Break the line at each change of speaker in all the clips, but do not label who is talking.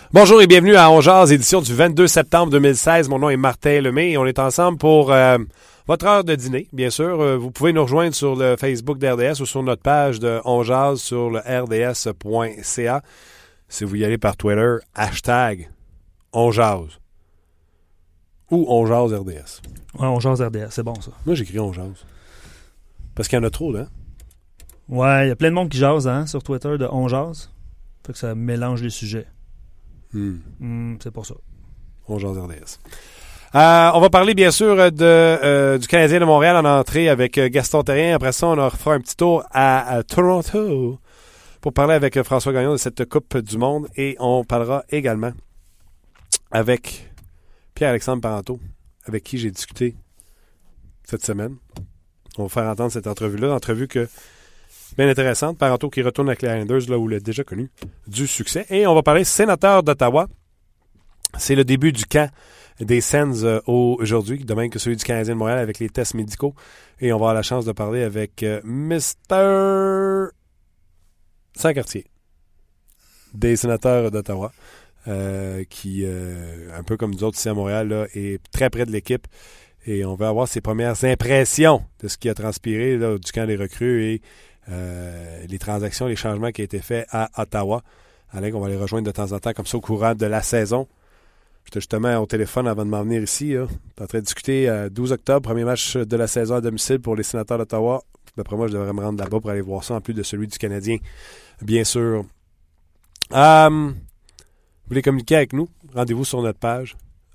Bonjour et bienvenue à On Jase, édition du 22 septembre 2016. Mon nom est Martin Lemay et on est ensemble pour votre heure de dîner, bien sûr. Vous pouvez nous rejoindre sur le Facebook d'RDS ou sur notre page de On Jase sur le rds.ca. Si vous y allez par Twitter, hashtag On Jase ou On Jase RDS.
Ouais, On Jase RDS, c'est bon ça.
Moi, j'écris On Jase. Parce qu'il y en a trop, là.
Ouais, il y a plein de monde qui jase sur Twitter de On Jase. Fait que ça mélange les sujets. C'est pour ça.
On Jase RDS. On va parler bien sûr du Canadien de Montréal en entrée avec Gaston Therrien. Après ça, on fera un petit tour à Toronto pour parler avec François Gagnon de cette Coupe du Monde. Et on parlera également avec Pierre-Alexandre Parenteau, avec qui j'ai discuté cette semaine. On va faire entendre cette entrevue-là. Entrevue bien intéressante. Parenteau qui retourne avec les Islanders, là où il a déjà connu du succès. Et on va parler sénateur d'Ottawa. C'est le début du camp des Sens aujourd'hui, de même que celui du Canadien de Montréal avec les tests médicaux. Et on va avoir la chance de parler avec Mr. Sancartier des sénateurs d'Ottawa, qui, un peu comme nous autres ici à Montréal, là, est très près de l'équipe. Et on va avoir ses premières impressions de ce qui a transpiré là, du camp des recrues et les transactions, les changements qui ont été faits à Ottawa. Alain, on va les rejoindre de temps en temps comme ça au courant de la saison. J'étais justement au téléphone avant de m'en venir ici. J'étais en train de discuter 12 octobre, premier match de la saison à domicile pour les sénateurs d'Ottawa. D'après moi, je devrais me rendre là-bas pour aller voir ça en plus de celui du Canadien, bien sûr. Vous voulez communiquer avec nous? Rendez-vous sur notre page.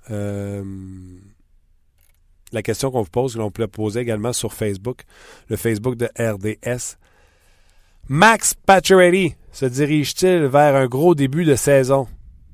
La question qu'on vous pose, on peut la poser également sur Facebook, le Facebook de RDS. Max Pacioretty se dirige-t-il vers un gros début de saison?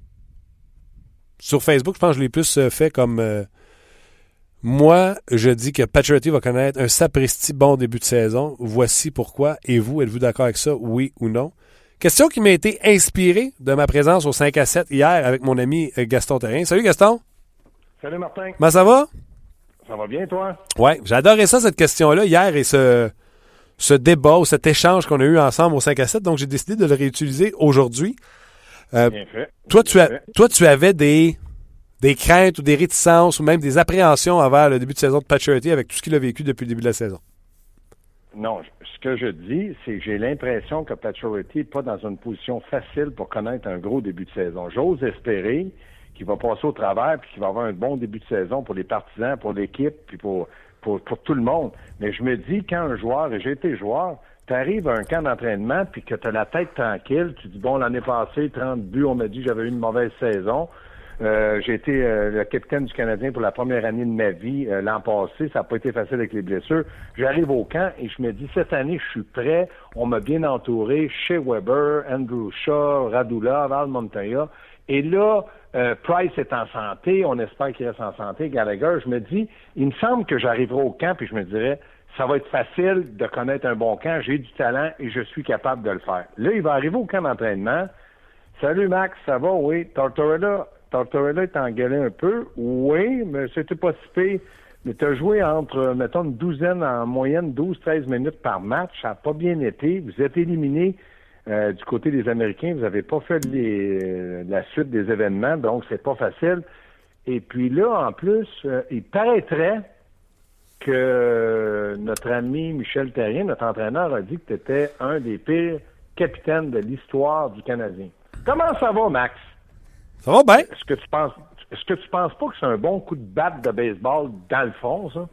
Sur Facebook, je pense que je l'ai plus fait comme... moi, je dis que Pacioretty va connaître un sapristi bon début de saison. Voici pourquoi. Et vous, êtes-vous d'accord avec ça, oui ou non? Question qui m'a été inspirée de ma présence au 5 à 7 hier avec mon ami Gaston Therrien. Salut Gaston!
Salut Martin!
Comment ça va?
Ça va bien, toi?
Oui, j'ai adoré ça, cette question-là, hier, et ce débat ou cet échange qu'on a eu ensemble au 5 à 7, donc j'ai décidé de le réutiliser aujourd'hui.
Bien fait.
Toi, tu avais des craintes ou des réticences ou même des appréhensions envers le début de saison de Pacioretty avec tout ce qu'il a vécu depuis le début de la saison.
Non, ce que je dis, c'est que j'ai l'impression que Pacioretty n'est pas dans une position facile pour connaître un gros début de saison. J'ose espérer qu'il va passer au travers puis qu'il va avoir un bon début de saison pour les partisans, pour l'équipe, puis pour tout le monde. Mais je me dis, quand un joueur, et j'ai été joueur, tu arrives à un camp d'entraînement puis que tu as la tête tranquille, tu dis, bon, l'année passée, 30 buts, on m'a dit que j'avais eu une mauvaise saison. J'ai été le capitaine du Canadien pour la première année de ma vie l'an passé. Ça n'a pas été facile avec les blessures. J'arrive au camp et je me dis, cette année, je suis prêt. On m'a bien entouré. Shea Weber, Andrew Shaw, Radula, Val Montoya. Et là, Price est en santé. On espère qu'il reste en santé. Gallagher, je me dis, il me semble que j'arriverai au camp et je me dirais, ça va être facile de connaître un bon camp. J'ai du talent et je suis capable de le faire. Là, il va arriver au camp d'entraînement. Salut Max, ça va? Oui. Tortorella est engueulé un peu. Oui, mais c'était pas si pire. Mais tu as joué entre, mettons, une douzaine, en moyenne, 12-13 minutes par match. Ça n'a pas bien été. Vous êtes éliminé du côté des Américains. Vous n'avez pas fait la suite des événements, donc c'est pas facile. Et puis là, en plus, il paraîtrait que notre ami Michel Therrien, notre entraîneur, a dit que tu étais un des pires capitaines de l'histoire du Canadien. Comment ça va, Max?
Ça va bien.
Est-ce que tu penses pas que c'est un bon coup de batte de baseball dans le fond, ça?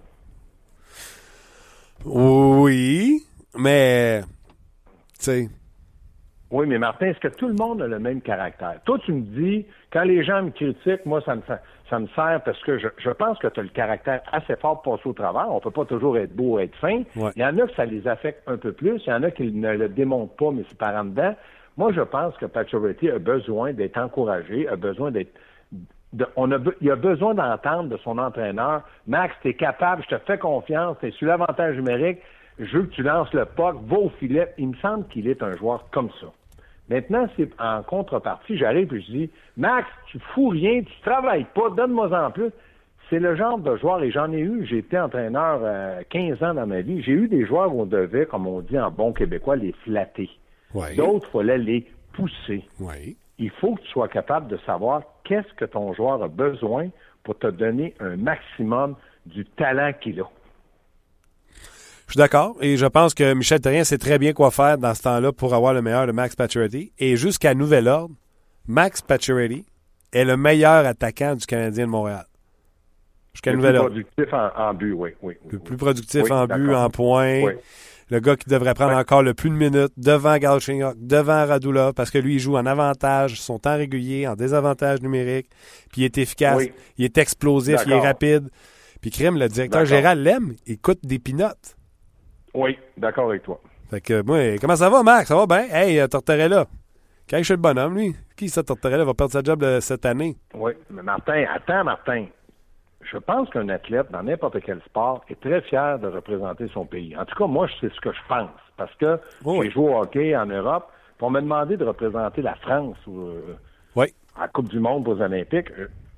Oui, mais tu sais.
Oui, mais Martin, est-ce que tout le monde a le même caractère? Toi, tu me dis, quand les gens me critiquent, moi, ça me sert parce que je pense que tu as le caractère assez fort pour passer au travers. On peut pas toujours être beau, être fin.
Ouais.
Il y en a que ça les affecte un peu plus. Il y en a qui ne le démontrent pas, mais c'est par en dedans. Moi, je pense que Pacioretty a besoin d'être encouragé, a besoin d'être... il a besoin d'entendre de son entraîneur, Max, t'es capable, je te fais confiance, t'es sur l'avantage numérique, je veux que tu lances le puck, va au filet. Il me semble qu'il est un joueur comme ça. Maintenant, c'est en contrepartie, j'arrive et je dis, Max, tu fous rien, tu travailles pas, donne-moi en plus. C'est le genre de joueur, et j'en ai eu, j'ai été entraîneur 15 ans dans ma vie, j'ai eu des joueurs où on devait, comme on dit en bon québécois, les flatter.
Ouais.
D'autres, il fallait les pousser.
Oui.
il faut que tu sois capable de savoir qu'est-ce que ton joueur a besoin pour te donner un maximum du talent qu'il a.
Je suis d'accord, et je pense que Michel Therrien sait très bien quoi faire dans ce temps-là pour avoir le meilleur de Max Pacioretty. Et jusqu'à nouvel ordre, Max Pacioretty est le meilleur attaquant du Canadien de Montréal. Jusqu'à nouvel ordre.
Le plus productif en but, oui.
Le plus productif en but,
d'accord.
en points.
Oui.
Le gars qui devrait prendre encore le plus de minutes devant Galchenyuk, devant Radulov, parce que lui, il joue en avantage, son temps régulier, en désavantage numérique, puis il est efficace, il est explosif, il est rapide. Puis Crime, le directeur général l'aime, il coûte des pinottes.
Oui, d'accord avec toi.
Fait que, moi, comment ça va, Max? Ça va bien? Hey, Tortorella. Quand je suis le bonhomme, lui. Qui ça, Tortorella, va perdre sa job cette année?
Oui, mais Martin. Je pense qu'un athlète, dans n'importe quel sport, est très fier de représenter son pays. En tout cas, moi, c'est ce que je pense. Parce que j'ai joué au hockey en Europe, puis on m'a demandé de représenter la France à la Coupe du Monde aux Olympiques.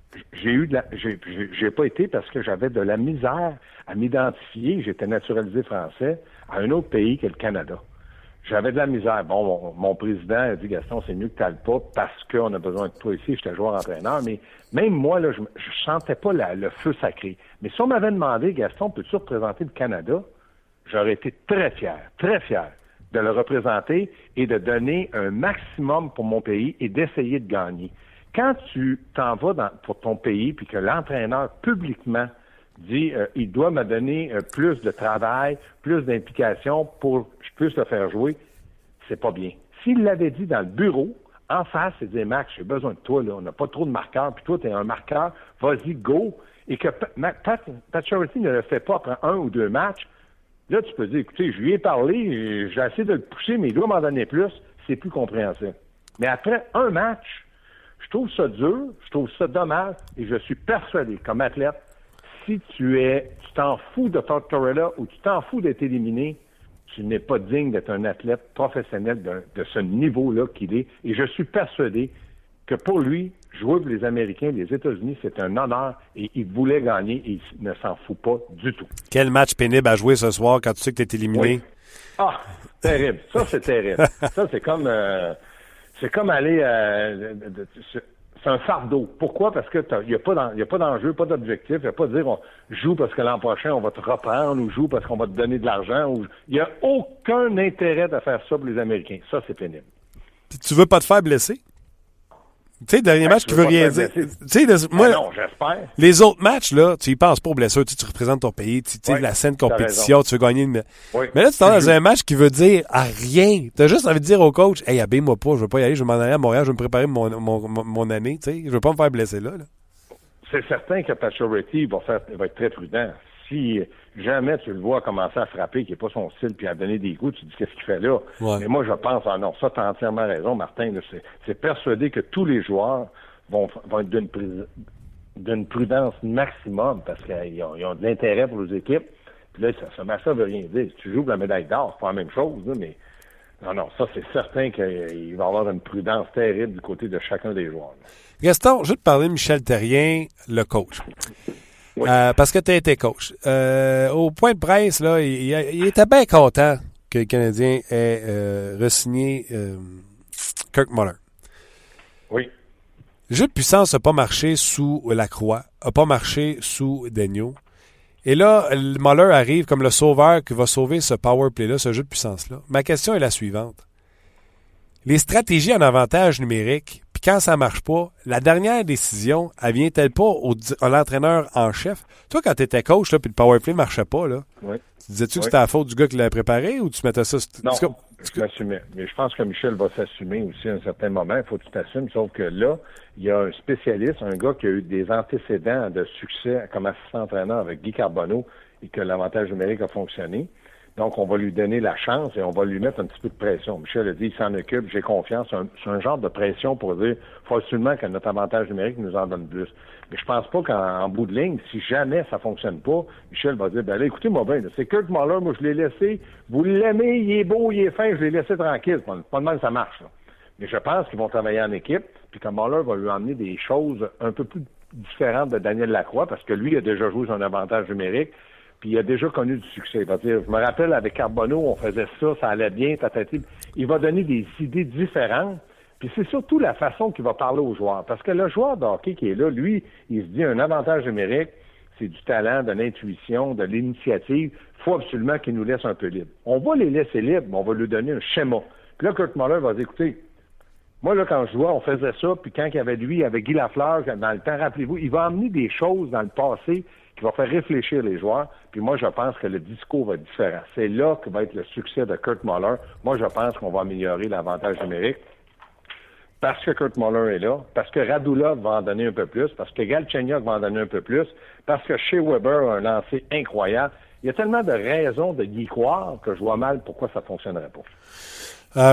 J'ai pas été parce que j'avais de la misère à m'identifier. J'étais naturalisé français à un autre pays que le Canada. J'avais de la misère. Bon, mon président a dit, Gaston, c'est mieux que tu n'ailles pas parce qu'on a besoin de toi ici. J'étais joueur-entraîneur. Mais même moi, là, je sentais pas le feu sacré. Mais si on m'avait demandé, Gaston, peux-tu représenter le Canada? J'aurais été très fier de le représenter et de donner un maximum pour mon pays et d'essayer de gagner. Quand tu t'en vas pour ton pays puis que l'entraîneur publiquement dit il doit me donner plus de travail, plus d'implication pour que je puisse le faire jouer, c'est pas bien. S'il l'avait dit dans le bureau, en face, il dit Max, j'ai besoin de toi, là, on n'a pas trop de marqueurs, puis toi, tu es un marqueur, vas-y, go. Et que Pacioretty ne le fait pas après 1 ou 2 matchs, là, tu peux dire, écoutez, je lui ai parlé, j'ai essayé de le pousser, mais il doit m'en donner plus, c'est plus compréhensible. Mais après un match, je trouve ça dur, je trouve ça dommage, et je suis persuadé, comme athlète, si tu t'en fous de Tortorella ou tu t'en fous d'être éliminé, tu n'es pas digne d'être un athlète professionnel de ce niveau-là qu'il est. Et je suis persuadé que pour lui, jouer pour les Américains, les États-Unis, c'est un honneur et il voulait gagner et il ne s'en fout pas du tout.
Quel match pénible à jouer ce soir quand tu sais que tu es éliminé?
Oui. Ah, terrible. Ça, c'est terrible. Ça, c'est comme aller... c'est un fardeau. Pourquoi? Parce que il n'y a pas d'enjeu, pas d'objectif. Il n'y a pas de dire on joue parce que l'an prochain, on va te reprendre ou joue parce qu'on va te donner de l'argent. Il n'y a aucun intérêt de faire ça pour les Américains. Ça, c'est pénible.
Puis tu veux pas te faire blesser? Tu sais, dernier match qui veut rien dire. Moi,
non, j'espère.
Les autres matchs, là, tu y penses pas aux blessures. Tu représentes ton pays. Tu sais, la saine compétition, tu veux gagner. Mais là, tu t'en dans un match qui veut dire à rien. Tu as juste envie de dire au coach, hey, habille-moi pas, je veux pas y aller, je vais m'en aller à Montréal, je vais me préparer mon année. Tu sais, je veux pas me faire blesser là.
C'est certain que Pacioretty va être très prudent. Si jamais tu le vois commencer à frapper, qui n'est pas son style, puis à donner des coups, tu te dis qu'est-ce qu'il fait là. Ouais. Mais moi, je pense, non, ça, tu as entièrement raison, Martin. C'est persuadé que tous les joueurs vont être d'une prudence maximum parce qu'ils ont de l'intérêt pour les équipes. Puis là, ça veut rien dire. Si tu joues pour la médaille d'or, c'est pas la même chose, là, mais non, ça, c'est certain qu'il va y avoir une prudence terrible du côté de chacun des joueurs. Là.
Gaston, je vais te parler de Michel Therrien, le coach. Oui. Parce que tu as été coach. Au point de presse, là, il était bien content que le Canadien ait re-signé Kirk Muller.
Oui.
Le jeu de puissance n'a pas marché sous Lacroix, n'a pas marché sous Daigneault. Et là, Muller arrive comme le sauveur qui va sauver ce power play-là, ce jeu de puissance-là. Ma question est la suivante. Les stratégies en avantage numérique, puis quand ça marche pas, la dernière décision, elle vient-elle pas à l'entraîneur en chef? Toi, quand tu étais coach, là, puis le powerplay marchait pas, là, tu disais-tu que c'était la faute du gars qui l'avait préparé ou tu mettais ça...
Non, je m'assumais. Mais je pense que Michel va s'assumer aussi à un certain moment. Il faut que tu t'assumes, sauf que là, il y a un spécialiste, un gars qui a eu des antécédents de succès comme assistant-entraîneur avec Guy Carbonneau et que l'avantage numérique a fonctionné. Donc, on va lui donner la chance et on va lui mettre un petit peu de pression. Michel a dit, il s'en occupe, j'ai confiance. C'est un genre de pression pour dire, il faut absolument que notre avantage numérique nous en donne plus. Mais je pense pas qu'en bout de ligne, si jamais ça fonctionne pas, Michel va dire, ben là, écoutez-moi bien, c'est Kirk Muller, moi je l'ai laissé, vous l'aimez, il est beau, il est fin, je l'ai laissé tranquille. Pas de mal, ça marche. Là. Mais je pense qu'ils vont travailler en équipe, puis que Muller va lui emmener des choses un peu plus différentes de Daniel Lacroix, parce que lui a déjà joué son avantage numérique. Puis il a déjà connu du succès. Il va dire, je me rappelle avec Carbonneau, on faisait ça allait bien, tatati. Il va donner des idées différentes, Puis c'est surtout la façon qu'il va parler aux joueurs. Parce que le joueur de hockey qui est là, lui, il se dit un avantage numérique, c'est du talent, de l'intuition, de l'initiative. Il faut absolument qu'il nous laisse un peu libre. On va les laisser libres, mais on va lui donner un schéma. Puis là, Kurt Muller va dire, écoutez, moi, là, quand je jouais, on faisait ça, puis quand il y avait lui, avec Guy Lafleur, dans le temps, rappelez-vous, il va amener des choses dans le passé qui vont faire réfléchir les joueurs. Puis moi, je pense que le discours va être différent. C'est là que va être le succès de Kurt Muller. Moi, je pense qu'on va améliorer l'avantage numérique. Parce que Kurt Muller est là, parce que Radulov va en donner un peu plus, parce que Galchenyuk va en donner un peu plus, parce que Shea Weber a un lancer incroyable. Il y a tellement de raisons de y croire que je vois mal pourquoi ça ne fonctionnerait pas.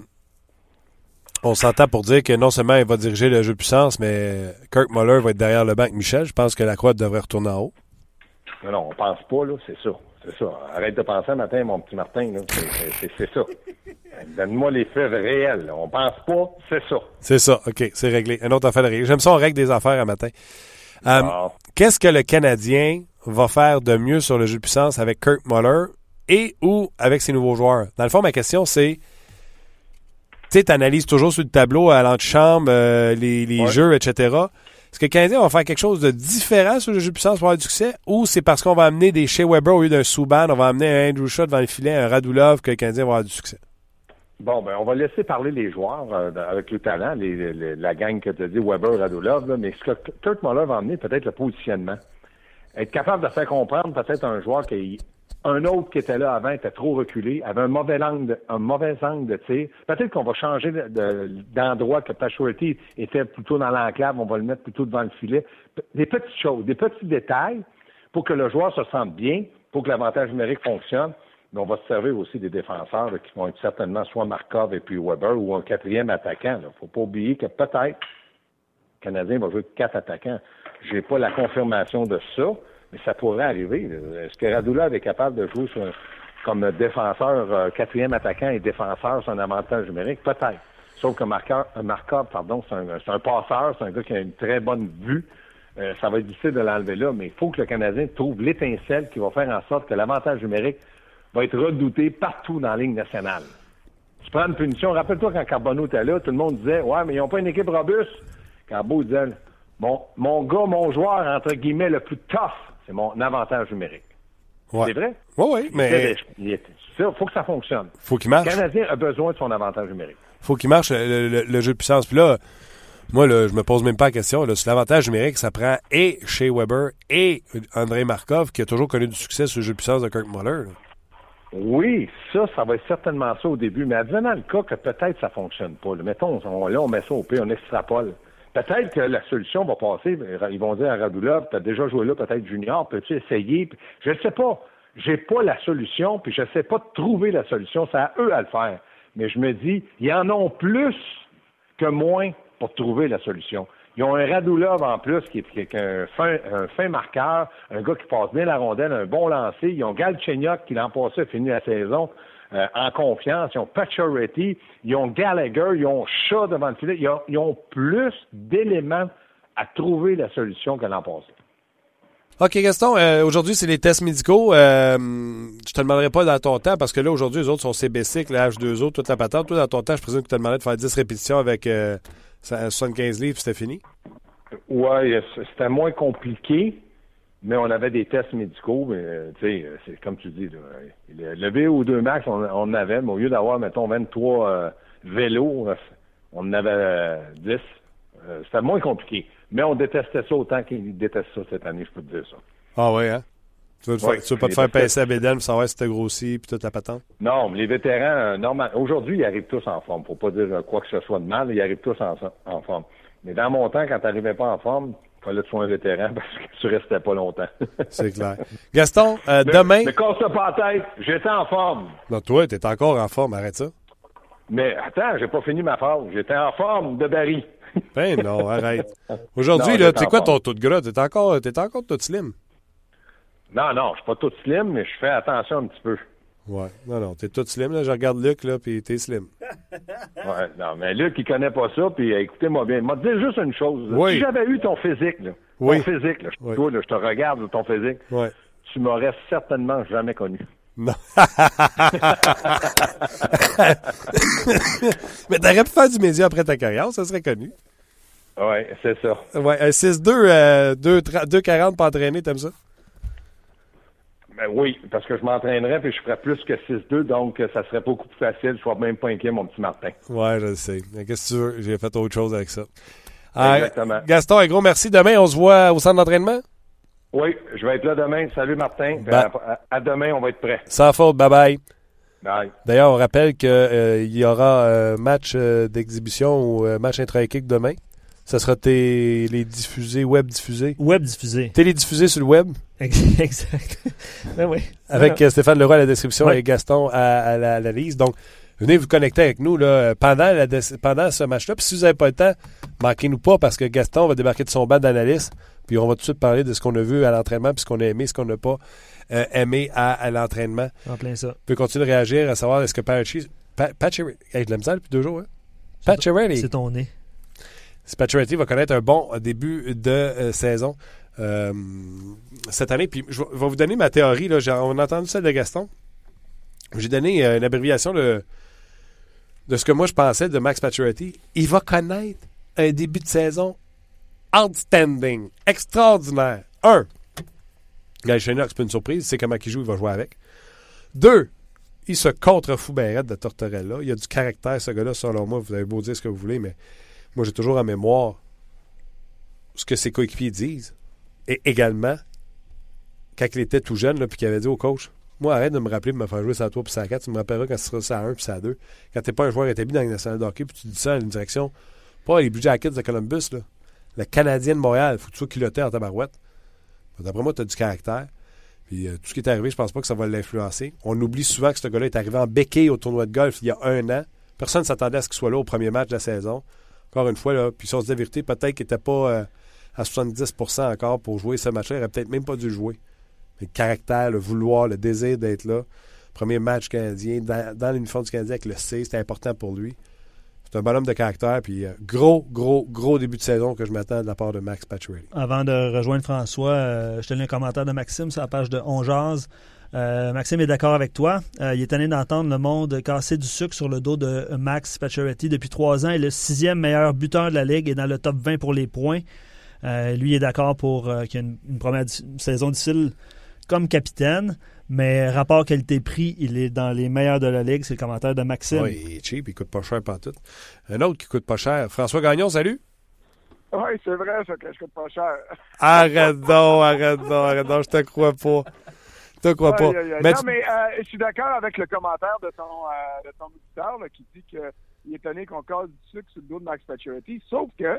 On s'entend pour dire que non seulement il va diriger le jeu de puissance, mais Kurt Muller va être derrière le banc avec Michel. Je pense que la croix devrait retourner en haut.
Non, on pense pas, là, c'est ça. C'est ça. Arrête de penser un matin, mon petit Martin, là. C'est ça. Donne-moi les faits réels. Là. On pense pas, c'est ça.
C'est ça, OK, c'est réglé. Une autre affaire de règle. J'aime ça, on règle des affaires un matin. Qu'est-ce que le Canadien va faire de mieux sur le jeu de puissance avec Kurt Muller et ou avec ses nouveaux joueurs? Dans le fond, ma question, c'est, tu sais, tu analyses toujours sur le tableau à l'antichambre, les jeux, etc. Est-ce que le Canadien va faire quelque chose de différent sur le jeu de puissance pour avoir du succès ou c'est parce qu'on va amener des Shea Weber au lieu d'un Subban, on va amener un Andrew Shaw devant le filet, un Radulov, que le Canadien va avoir du succès?
Bon, ben on va laisser parler les joueurs avec le talent, la gang que tu as dit, Weber, Radulov, là, mais ce que Kurt Muller va amener, peut-être le positionnement. Être capable de faire comprendre peut-être un joueur un autre qui était là avant était trop reculé, avait un mauvais angle de tir. Peut-être qu'on va changer d'endroit, que Pacioretty était plutôt dans l'enclave, on va le mettre plutôt devant le filet. Des petites choses, des petits détails pour que le joueur se sente bien, pour que l'avantage numérique fonctionne. Mais on va se servir aussi des défenseurs là, qui vont être certainement soit Markov et puis Weber ou un quatrième attaquant. Il ne faut pas oublier que peut-être le Canadien va jouer 4 attaquants. J'ai pas la confirmation de ça, mais ça pourrait arriver. Est-ce que Radulov est capable de jouer comme défenseur, quatrième attaquant et défenseur sur un avantage numérique? Peut-être. Sauf que Markov, c'est un passeur, c'est un gars qui a une très bonne vue. Ça va être difficile de l'enlever là, mais il faut que le Canadien trouve l'étincelle qui va faire en sorte que l'avantage numérique va être redouté partout dans la Ligue nationale. Tu prends une punition. Rappelle-toi quand Carbonneau était là, tout le monde disait « Ouais, mais ils n'ont pas une équipe robuste. » Carbo disait « Mon gars, mon joueur, entre guillemets, le plus tough, c'est mon avantage numérique. »
Ouais.
C'est vrai?
Oui, mais...
Il faut que ça fonctionne.
Faut qu'il marche.
Le Canadien a besoin de son avantage numérique.
Faut qu'il marche le jeu de puissance. Puis là, moi, là, je me pose même pas la question. Là, sur l'avantage numérique, ça prend et Shea Weber et Andrei Markov, qui a toujours connu du succès sur le jeu de puissance de Kurt Muller. Là.
Oui, ça va être certainement ça au début, mais advenant le cas que peut-être ça fonctionne pas. Là, mettons, on met ça au P, on extrapole. Peut-être que la solution va passer. Ils vont dire à Radulov, tu as déjà joué là, peut-être junior, peux-tu essayer? Je ne sais pas. J'ai pas la solution, puis je ne sais pas trouver la solution. C'est à eux à le faire. Mais je me dis, ils en ont plus que moins pour trouver la solution. Ils ont un Radulov en plus qui est un fin marqueur, un gars qui passe bien la rondelle, un bon lancer. Ils ont Galchenyuk qui l'an passé a fini la saison en confiance. Ils ont Pacioretty, ils ont Gallagher, ils ont Shaw devant le filet. Ils ont plus d'éléments à trouver la solution que l'an passé.
OK, Gaston, aujourd'hui, c'est les tests médicaux. Je te demanderai pas dans ton temps, parce que là, aujourd'hui, les autres sont CBC, la H2O, toute la patente. Toi, dans ton temps, je présume que tu te demandais de faire 10 répétitions avec 75 livres, c'était fini? Oui,
c'était moins compliqué, mais on avait des tests médicaux. Mais, tu sais, c'est comme tu dis, là, le VO2 max, on en avait, mais au lieu d'avoir, mettons, 23 vélos, on en avait 10. C'était moins compliqué. Mais on détestait ça autant qu'ils détestent ça cette année, je peux te dire ça.
Ah oui, hein? Tu veux pas te faire pincer à bédaine pour savoir si t'as grossi puis toute la patente?
Non, mais les vétérans, normalement, aujourd'hui, ils arrivent tous en forme. Faut pas dire quoi que ce soit de mal, ils arrivent tous en forme. Mais dans mon temps, quand t'arrivais pas en forme, il fallait que tu sois un vétéran parce que tu restais pas longtemps.
C'est clair. Gaston, demain...
Mais casse-toi pas la tête, j'étais en forme.
Non, toi, t'es encore en forme, arrête ça.
Mais attends, j'ai pas fini ma phrase. J'étais en forme de Barry.
Ben non, arrête. Aujourd'hui, là, tu sais quoi ton taux de gras? T'es encore tout slim.
Non, je suis pas tout slim, mais je fais attention un petit peu.
Ouais, non, t'es tout slim, là. Je regarde Luc, là, puis t'es slim.
Ouais, non, mais Luc, il connaît pas ça, puis écoutez-moi bien. Moi, te dire juste une chose.
Oui.
Si j'avais eu ton physique, là,
oui.
toi, là, je te regarde, ton physique,
ouais.
tu m'aurais certainement jamais connu.
Non. Mais t'aurais pu faire du média après ta carrière, ça serait connu.
Oui, c'est ça.
Ouais, 6-2, 2,40 pour entraîner, t'aimes ça?
Ben oui, parce que je m'entraînerais puis je ferais plus que 6-2, donc ça serait beaucoup plus facile. Je ne serais même pas inquiet, mon petit Martin.
Ouais, je le sais. Mais qu'est-ce que tu veux? J'ai fait autre chose avec ça.
Exactement.
Gaston, un gros merci. Demain, on se voit au centre d'entraînement?
Oui, je vais être là demain. Salut, Martin. À demain, on va être prêt.
Sans faute. Bye-bye.
Bye.
D'ailleurs, on rappelle qu'il y aura un match d'exhibition ou match intra-équipe demain. Ça sera les diffusés, web diffusés.
Web diffusés.
Télédiffusés sur le web.
Exact. Ben oui.
Avec Stéphane Leroy à la description
Ouais.
et Gaston à l'analyse. Donc, venez vous connecter avec nous là, pendant ce match-là. Puis si vous n'avez pas le temps, manquez-nous pas parce que Gaston va débarquer de son banc d'analyste. Puis on va tout de suite parler de ce qu'on a vu à l'entraînement, puis ce qu'on a aimé, ce qu'on n'a pas aimé à l'entraînement.
En plein ça.
Vous pouvez continuer de réagir à savoir est-ce que Pacioretty... Hey, de la misère depuis 2 jours, hein? Pacioretty.
C'est ton nez.
Pacioretty va connaître un bon début de saison cette année. Puis je vais vous donner ma théorie. Là. On a entendu celle de Gaston. J'ai donné une abréviation de ce que moi je pensais de Max Pacioretty. Il va connaître un début de saison outstanding, extraordinaire. 1. Gaël Cheniox, c'est pas une surprise. Il sait comment il joue, il va jouer avec. 2. Il se contrefout bien raide de Tortorella. Il a du caractère, ce gars-là, selon moi. Vous avez beau dire ce que vous voulez, mais moi, j'ai toujours en mémoire ce que ses coéquipiers disent. Et également, quand il était tout jeune, puis qu'il avait dit au coach, moi, arrête de me rappeler de me faire jouer ça à 3 puis ça à 4. Tu me rappelleras quand ce sera ça à 1 puis ça à 2. Quand t'es pas un joueur établi dans le national de hockey, puis tu dis ça à une direction, pas les Blue Jackets de Columbus, là. Le Canadien de Montréal, il faut que tu sois culotté en tabarouette. D'après moi, tu as du caractère. Puis tout ce qui est arrivé, je pense pas que ça va l'influencer. On oublie souvent que ce gars-là est arrivé en béquille au tournoi de golf il y a 1 an. Personne ne s'attendait à ce qu'il soit là au premier match de la saison. Encore une fois, là, puis si on se dit la vérité, peut-être qu'il n'était pas à 70% encore pour jouer ce match-là. Il n'aurait peut-être même pas dû jouer. Mais le caractère, le vouloir, le désir d'être là. Premier match canadien, dans l'uniforme du Canadien avec le C, c'était important pour lui. C'est un bonhomme de caractère, puis gros début de saison que je m'attends de la part de Max Pacioretty.
Avant de rejoindre François, je te lis un commentaire de Maxime sur la page de On Jase. Maxime est d'accord avec toi. Il est tanné d'entendre le monde casser du sucre sur le dos de Max Pacioretty. Depuis 3 ans, il est le 6e meilleur buteur de la Ligue et dans le top 20 pour les points. Lui est d'accord pour qu'il y ait une première saison difficile comme capitaine. Mais rapport qualité-prix, il est dans les meilleurs de la Ligue. C'est le commentaire de Maxime.
Oui, il est cheap, il coûte pas cher pantoute. Un autre qui coûte pas cher. François Gagnon, salut.
Oui, c'est vrai, ça, que je coûte pas cher.
Arrête donc, je te crois pas. Je te crois pas.
Mais je suis d'accord avec le commentaire de ton auditeur là, qui dit qu'il est étonné qu'on casse du sucre sur le dos de Max Pacioretty. Sauf que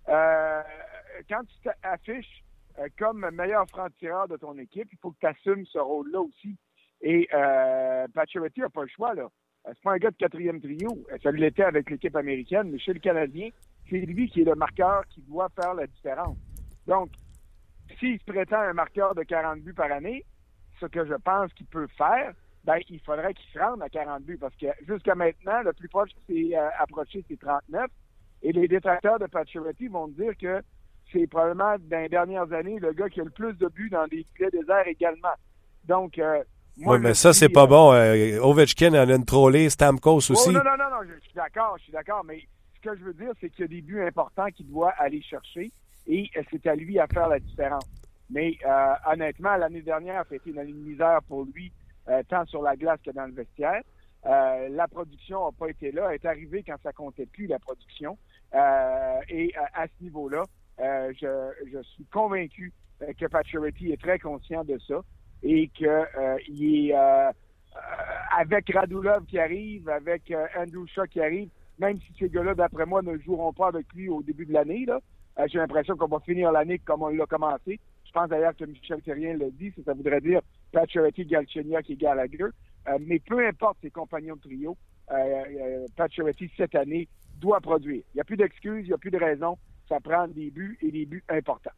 quand tu t'affiches comme meilleur franc-tireur de ton équipe, il faut que tu assumes ce rôle-là aussi. Et Pacioretty n'a pas le choix, là. C'est pas un gars de 4e trio. Ça l'était avec l'équipe américaine, mais chez le Canadien, c'est lui qui est le marqueur qui doit faire la différence. Donc, s'il se prétend un marqueur de 40 buts par année, ce que je pense qu'il peut faire, ben il faudrait qu'il se rende à 40 buts parce que jusqu'à maintenant, le plus proche qui s'est approché, c'est 39. Et les détracteurs de Pacioretty vont dire que c'est probablement, dans les dernières années, le gars qui a le plus de buts dans des filets déserts également. Donc, moi,
oui, mais ça, c'est pas bon. Ovechkin en a une trollée, Stamkos aussi.
Non, je suis d'accord. Mais ce que je veux dire, c'est qu'il y a des buts importants qu'il doit aller chercher et c'est à lui à faire la différence. Mais honnêtement, l'année dernière, ça a été une année de misère pour lui, tant sur la glace que dans le vestiaire. La production n'a pas été là. Elle est arrivée quand ça comptait plus, la production. Et à ce niveau-là, je suis convaincu que Pacioretty est très conscient de ça et qu'il est avec Radulov qui arrive, avec Andrew Shaw qui arrive, même si ces gars-là, d'après moi, ne joueront pas avec lui au début de l'année, là, j'ai l'impression qu'on va finir l'année comme on l'a commencé. Je pense d'ailleurs que Michel Therrien l'a dit, ça voudrait dire Pacioretty, Galchenyuk et Gallagher. Mais peu importe ses compagnons de trio, Pacioretty, cette année, doit produire. Il n'y a plus d'excuses, il n'y a plus de raison. Ça prend des buts et des buts importants.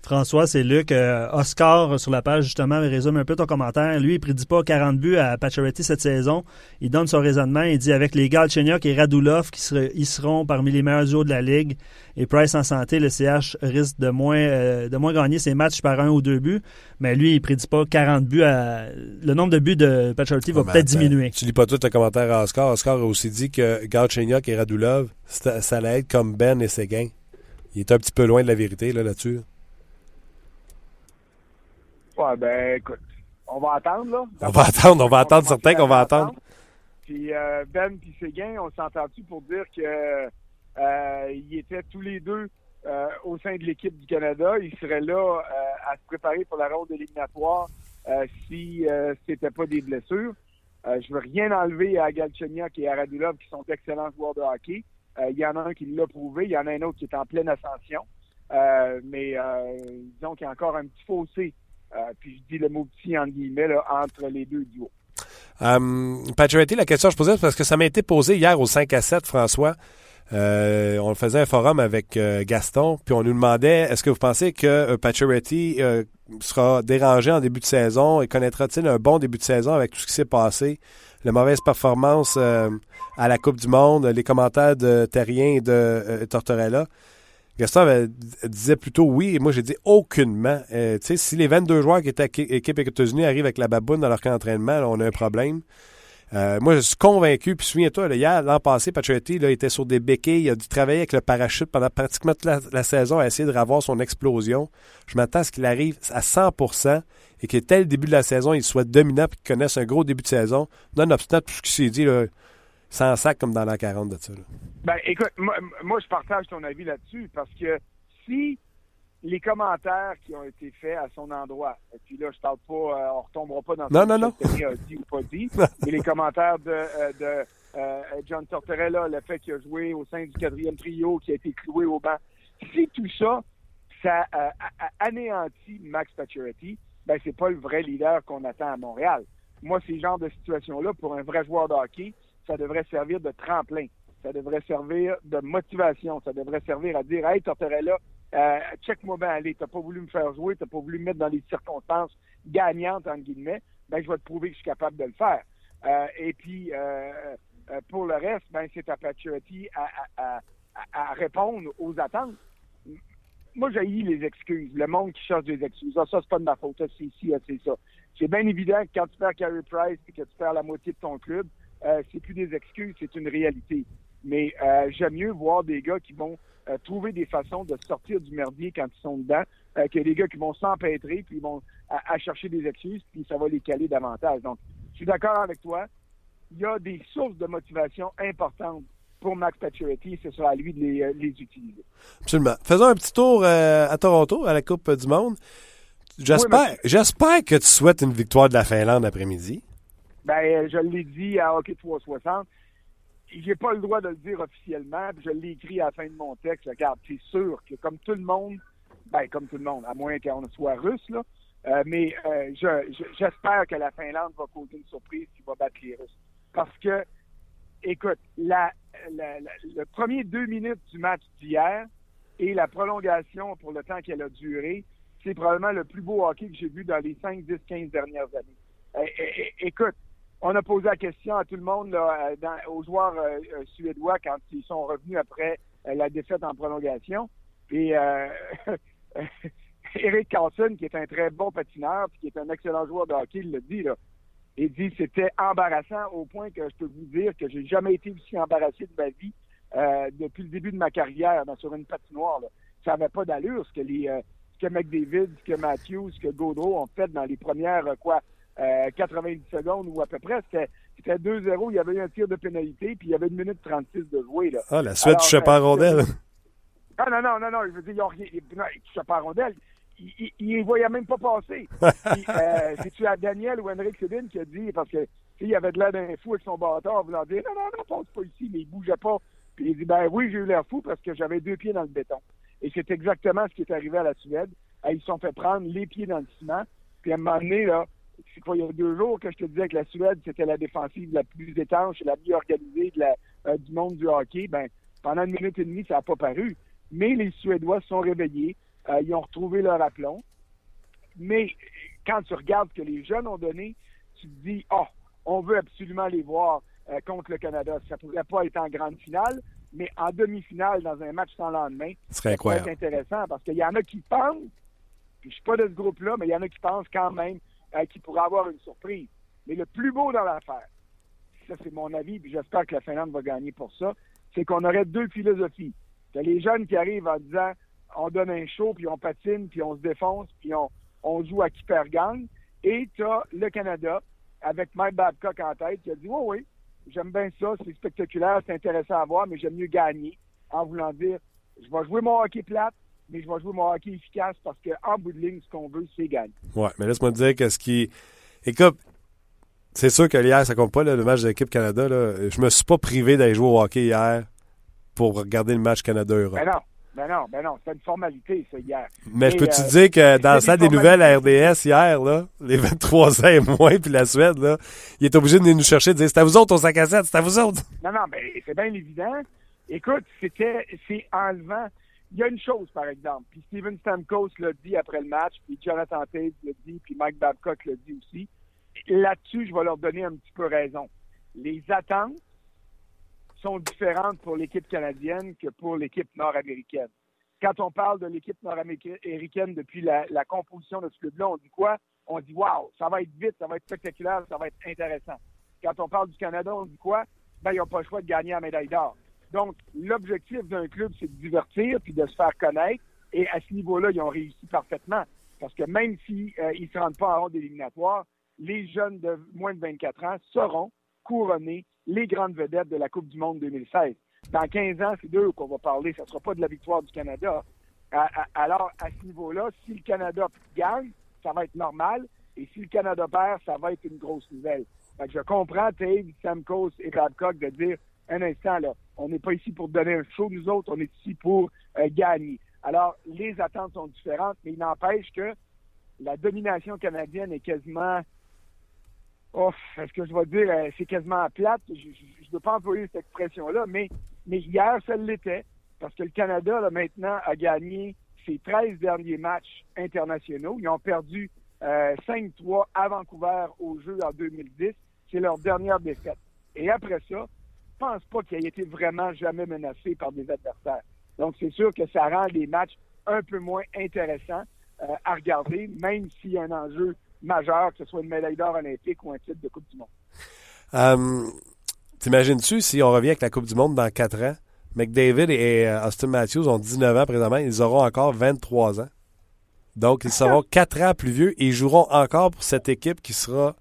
François, c'est Luc. Oscar, sur la page, justement, résume un peu ton commentaire. Lui, il ne prédit pas 40 buts à Pacioretty cette saison. Il donne son raisonnement. Il dit, avec les Galchenyuk et Radulov, ils seront parmi les meilleurs duos de la Ligue, et Price en santé, le CH risque de moins gagner ses matchs par 1 ou 2 buts. Mais lui, il ne prédit pas 40 buts. Le nombre de buts de Pacioretty va peut-être diminuer.
Tu lis pas tout le commentaire à Oscar. Oscar a aussi dit que Galchenyuk et Radulov, ça allait être comme Ben et Séguin. Il est un petit peu loin de la vérité là-dessus.
Ouais, ben, écoute, on va attendre, là.
On va attendre, certain qu'on va attendre.
Puis Ben et Séguin, on s'entend-tu pour dire que ils étaient tous les deux au sein de l'équipe du Canada. Ils seraient là à se préparer pour la ronde éliminatoire si c'était pas des blessures. Je veux rien enlever à Galchenyuk et à Radulov, qui sont d'excellents joueurs de hockey. Il y en a un qui l'a prouvé, il y en a un autre qui est en pleine ascension. Mais disons qu'il y a encore un petit fossé. Puis je dis le mot petit entre guillemets là, entre les deux duos.
Pacioretty, la question que je posais, c'est parce que ça m'a été posé hier au 5-7, François. On faisait un forum avec Gaston, puis on nous demandait, est-ce que vous pensez que Pacioretty sera dérangé en début de saison et connaîtra-t-il un bon début de saison avec tout ce qui s'est passé, les mauvaises performances à la Coupe du Monde, les commentaires de Terrien et de Tortorella? Gaston disait plutôt oui, et moi j'ai dit aucunement. Si les 22 joueurs qui étaient équipe des États-Unis arrivent avec la baboune dans leur camp d'entraînement, là, on a un problème. Moi, je suis convaincu, puis souviens-toi, là, hier, l'an passé, Pacioretty était sur des béquilles, il a dû travailler avec le parachute pendant pratiquement toute la saison à essayer de revoir son explosion. Je m'attends à ce qu'il arrive à 100% et que dès le début de la saison, il soit dominant et qu'il connaisse un gros début de saison. Nonobstant tout ce qui s'est dit, là, sans sac comme dans l'an 40 de ça. Là.
Ben, écoute, moi, je partage ton avis là-dessus, parce que si les commentaires qui ont été faits à son endroit, et puis là, je parle pas, on retombera pas dans ce que a dit ou pas dit, mais les commentaires de John Tortorella, le fait qu'il a joué au sein du 4e trio, qui a été cloué au banc, si tout ça, ça anéantit Max Pacioretty, ben c'est pas le vrai leader qu'on attend à Montréal. Moi, ces genres de situations-là, pour un vrai joueur de hockey, ça devrait servir de tremplin. Ça devrait servir de motivation. Ça devrait servir à dire « Hey, Tortorella, check-moi bien aller. T'as pas voulu me faire jouer, t'as pas voulu me mettre dans des circonstances gagnantes, entre guillemets. Ben, je vais te prouver que je suis capable de le faire. » Et puis, pour le reste, ben, c'est à Pacioretty à répondre aux attentes. Moi, j'haïs les excuses. Le monde qui cherche des excuses. Ça, c'est pas de ma faute. Ça, c'est ici, c'est ça. C'est bien évident que quand tu perds Carey Price et que tu perds la moitié de ton club, c'est plus des excuses, c'est une réalité. Mais j'aime mieux voir des gars qui vont trouver des façons de sortir du merdier quand ils sont dedans, que des gars qui vont s'empêtrer, puis ils vont à chercher des excuses, puis ça va les caler davantage. Donc, je suis d'accord avec toi. Il y a des sources de motivation importantes pour Max Pacioretty, c'est sur à lui de les utiliser.
Absolument. Faisons un petit tour à Toronto, à la Coupe du Monde. J'espère que tu souhaites une victoire de la Finlande après-midi.
Ben, je l'ai dit à Hockey 360. J'ai pas le droit de le dire officiellement, puis je l'ai écrit à la fin de mon texte. Regarde, c'est sûr que comme tout le monde, à moins qu'on soit russe, là, mais j'espère que la Finlande va causer une surprise qui va battre les Russes. Parce que, écoute, le premier 2 minutes du match d'hier et la prolongation pour le temps qu'elle a duré, c'est probablement le plus beau hockey que j'ai vu dans les 5, 10, 15 dernières années. Écoute, on a posé la question à tout le monde, là, aux joueurs suédois quand ils sont revenus après la défaite en prolongation. Et Erik Karlsson, qui est un très bon patineur puis qui est un excellent joueur de hockey, il le dit, là. Il dit c'était embarrassant au point que je peux vous dire que j'ai jamais été aussi embarrassé de ma vie depuis le début de ma carrière sur une patinoire. Là. Ça n'avait pas d'allure ce que McDavid, ce que Matthews, ce que Gaudreau ont fait dans les premières 90 secondes ou à peu près. C'était 2-0, il y avait eu un tir de pénalité, puis il y avait 1 minute 36 de jouer. Là.
Ah, la Suède ne touchait pas à rondelle.
Ah non, je veux dire, ils ne touchaient pas à rondelle. Il ne voyait même pas passer. C'est-tu à Daniel ou Henrik Sedin qui a dit, parce que il avait de l'air d'un fou avec son bâtard, en voulant dire non, passe pas ici, mais il ne bougeait pas. Puis il dit, ben oui, j'ai eu l'air fou parce que j'avais 2 pieds dans le béton. Et c'est exactement ce qui est arrivé à la Suède. Ils se sont fait prendre les pieds dans le ciment. Puis à un moment donné, là, c'est quoi, il y a 2 jours que je te disais que la Suède, c'était la défensive la plus étanche et la mieux organisée du monde du hockey. Ben, pendant 1 minute et demie, ça n'a pas paru. Mais les Suédois se sont réveillés, Ils ont retrouvé leur aplomb. Mais quand tu regardes ce que les jeunes ont donné, tu te dis, on veut absolument les voir contre le Canada. Ça pourrait pas être en grande finale, mais en demi-finale, dans un match sans lendemain,
ce serait
ça pourrait
incroyable.
être intéressant parce qu'il y en a qui pensent, puis je suis pas de ce groupe-là, mais il y en a qui pensent quand même qu'il pourrait avoir une surprise. Mais le plus beau dans l'affaire, ça c'est mon avis, puis j'espère que la Finlande va gagner pour ça, c'est qu'on aurait deux philosophies. T'as les jeunes qui arrivent en disant on donne un show, puis on patine, puis on se défonce, puis on joue à qui perd gagne. Et t'as le Canada, avec Mike Babcock en tête, qui a dit oui, j'aime bien ça, c'est spectaculaire, c'est intéressant à voir, mais j'aime mieux gagner, en voulant dire je vais jouer mon hockey plate, mais je vais jouer mon hockey efficace parce qu'en bout de ligne, ce qu'on veut, c'est gagner.
Ouais, mais laisse-moi te dire que ce qui. Écoute, c'est sûr que hier, ça compte pas, là, le match de l'équipe Canada. Là. Je me suis pas privé d'aller jouer au hockey hier pour regarder le match Canada-Europe.
Ben non, c'était une formalité, ça, hier.
Mais je peux-tu te dire que dans la salle des nouvelles à RDS hier, là, les 23 ans et moins, puis la Suède, là, il est obligé de venir nous chercher et de dire c'est à vous autres, au 5 à 7, c'est à vous autres.
Non, mais c'est bien évident. Écoute, c'est enlevant. Il y a une chose, par exemple, puis Steven Stamkos l'a dit après le match, puis Jonathan Toews l'a dit, puis Mike Babcock l'a dit aussi. Là-dessus, je vais leur donner un petit peu raison. Les attentes sont différentes pour l'équipe canadienne que pour l'équipe nord-américaine. Quand on parle de l'équipe nord-américaine depuis la composition de ce club-là, on dit quoi? On dit « Wow, ça va être vite, ça va être spectaculaire, ça va être intéressant ». Quand on parle du Canada, on dit quoi? Ben, ils n'ont pas le choix de gagner la médaille d'or. Donc, l'objectif d'un club, c'est de divertir puis de se faire connaître. Et à ce niveau-là, ils ont réussi parfaitement. Parce que même s'ils ne se rendent pas en ronde éliminatoire, les jeunes de moins de 24 ans seront couronnés les grandes vedettes de la Coupe du monde 2016. Dans 15 ans, c'est d'eux qu'on va parler. Ça ne sera pas de la victoire du Canada. Alors, à ce niveau-là, si le Canada gagne, ça va être normal. Et si le Canada perd, ça va être une grosse nouvelle. Fait que je comprends Toews, Stamkos et Babcock de dire un instant, là, on n'est pas ici pour donner un show, nous autres, on est ici pour gagner. Alors, les attentes sont différentes, mais il n'empêche que la domination canadienne est quasiment... est-ce que je vais dire, c'est quasiment plate. Je ne veux pas employer cette expression-là, mais hier, ça l'était. Parce que le Canada, là, maintenant, a gagné ses 13 derniers matchs internationaux. Ils ont perdu 5-3 à Vancouver au jeu en 2010. C'est leur dernière défaite. Et après ça, je ne pense pas qu'ils aient été vraiment jamais menacés par des adversaires. Donc, c'est sûr que ça rend les matchs un peu moins intéressants à regarder, même s'il y a un enjeu majeur, que ce soit une médaille d'or olympique ou un titre de Coupe du monde.
T'imagines-tu si on revient avec la Coupe du monde dans 4 ans? McDavid et Austin Matthews ont 19 ans présentement. Ils auront encore 23 ans. Donc, ils seront 4 ans plus vieux et ils joueront encore pour cette équipe qui sera...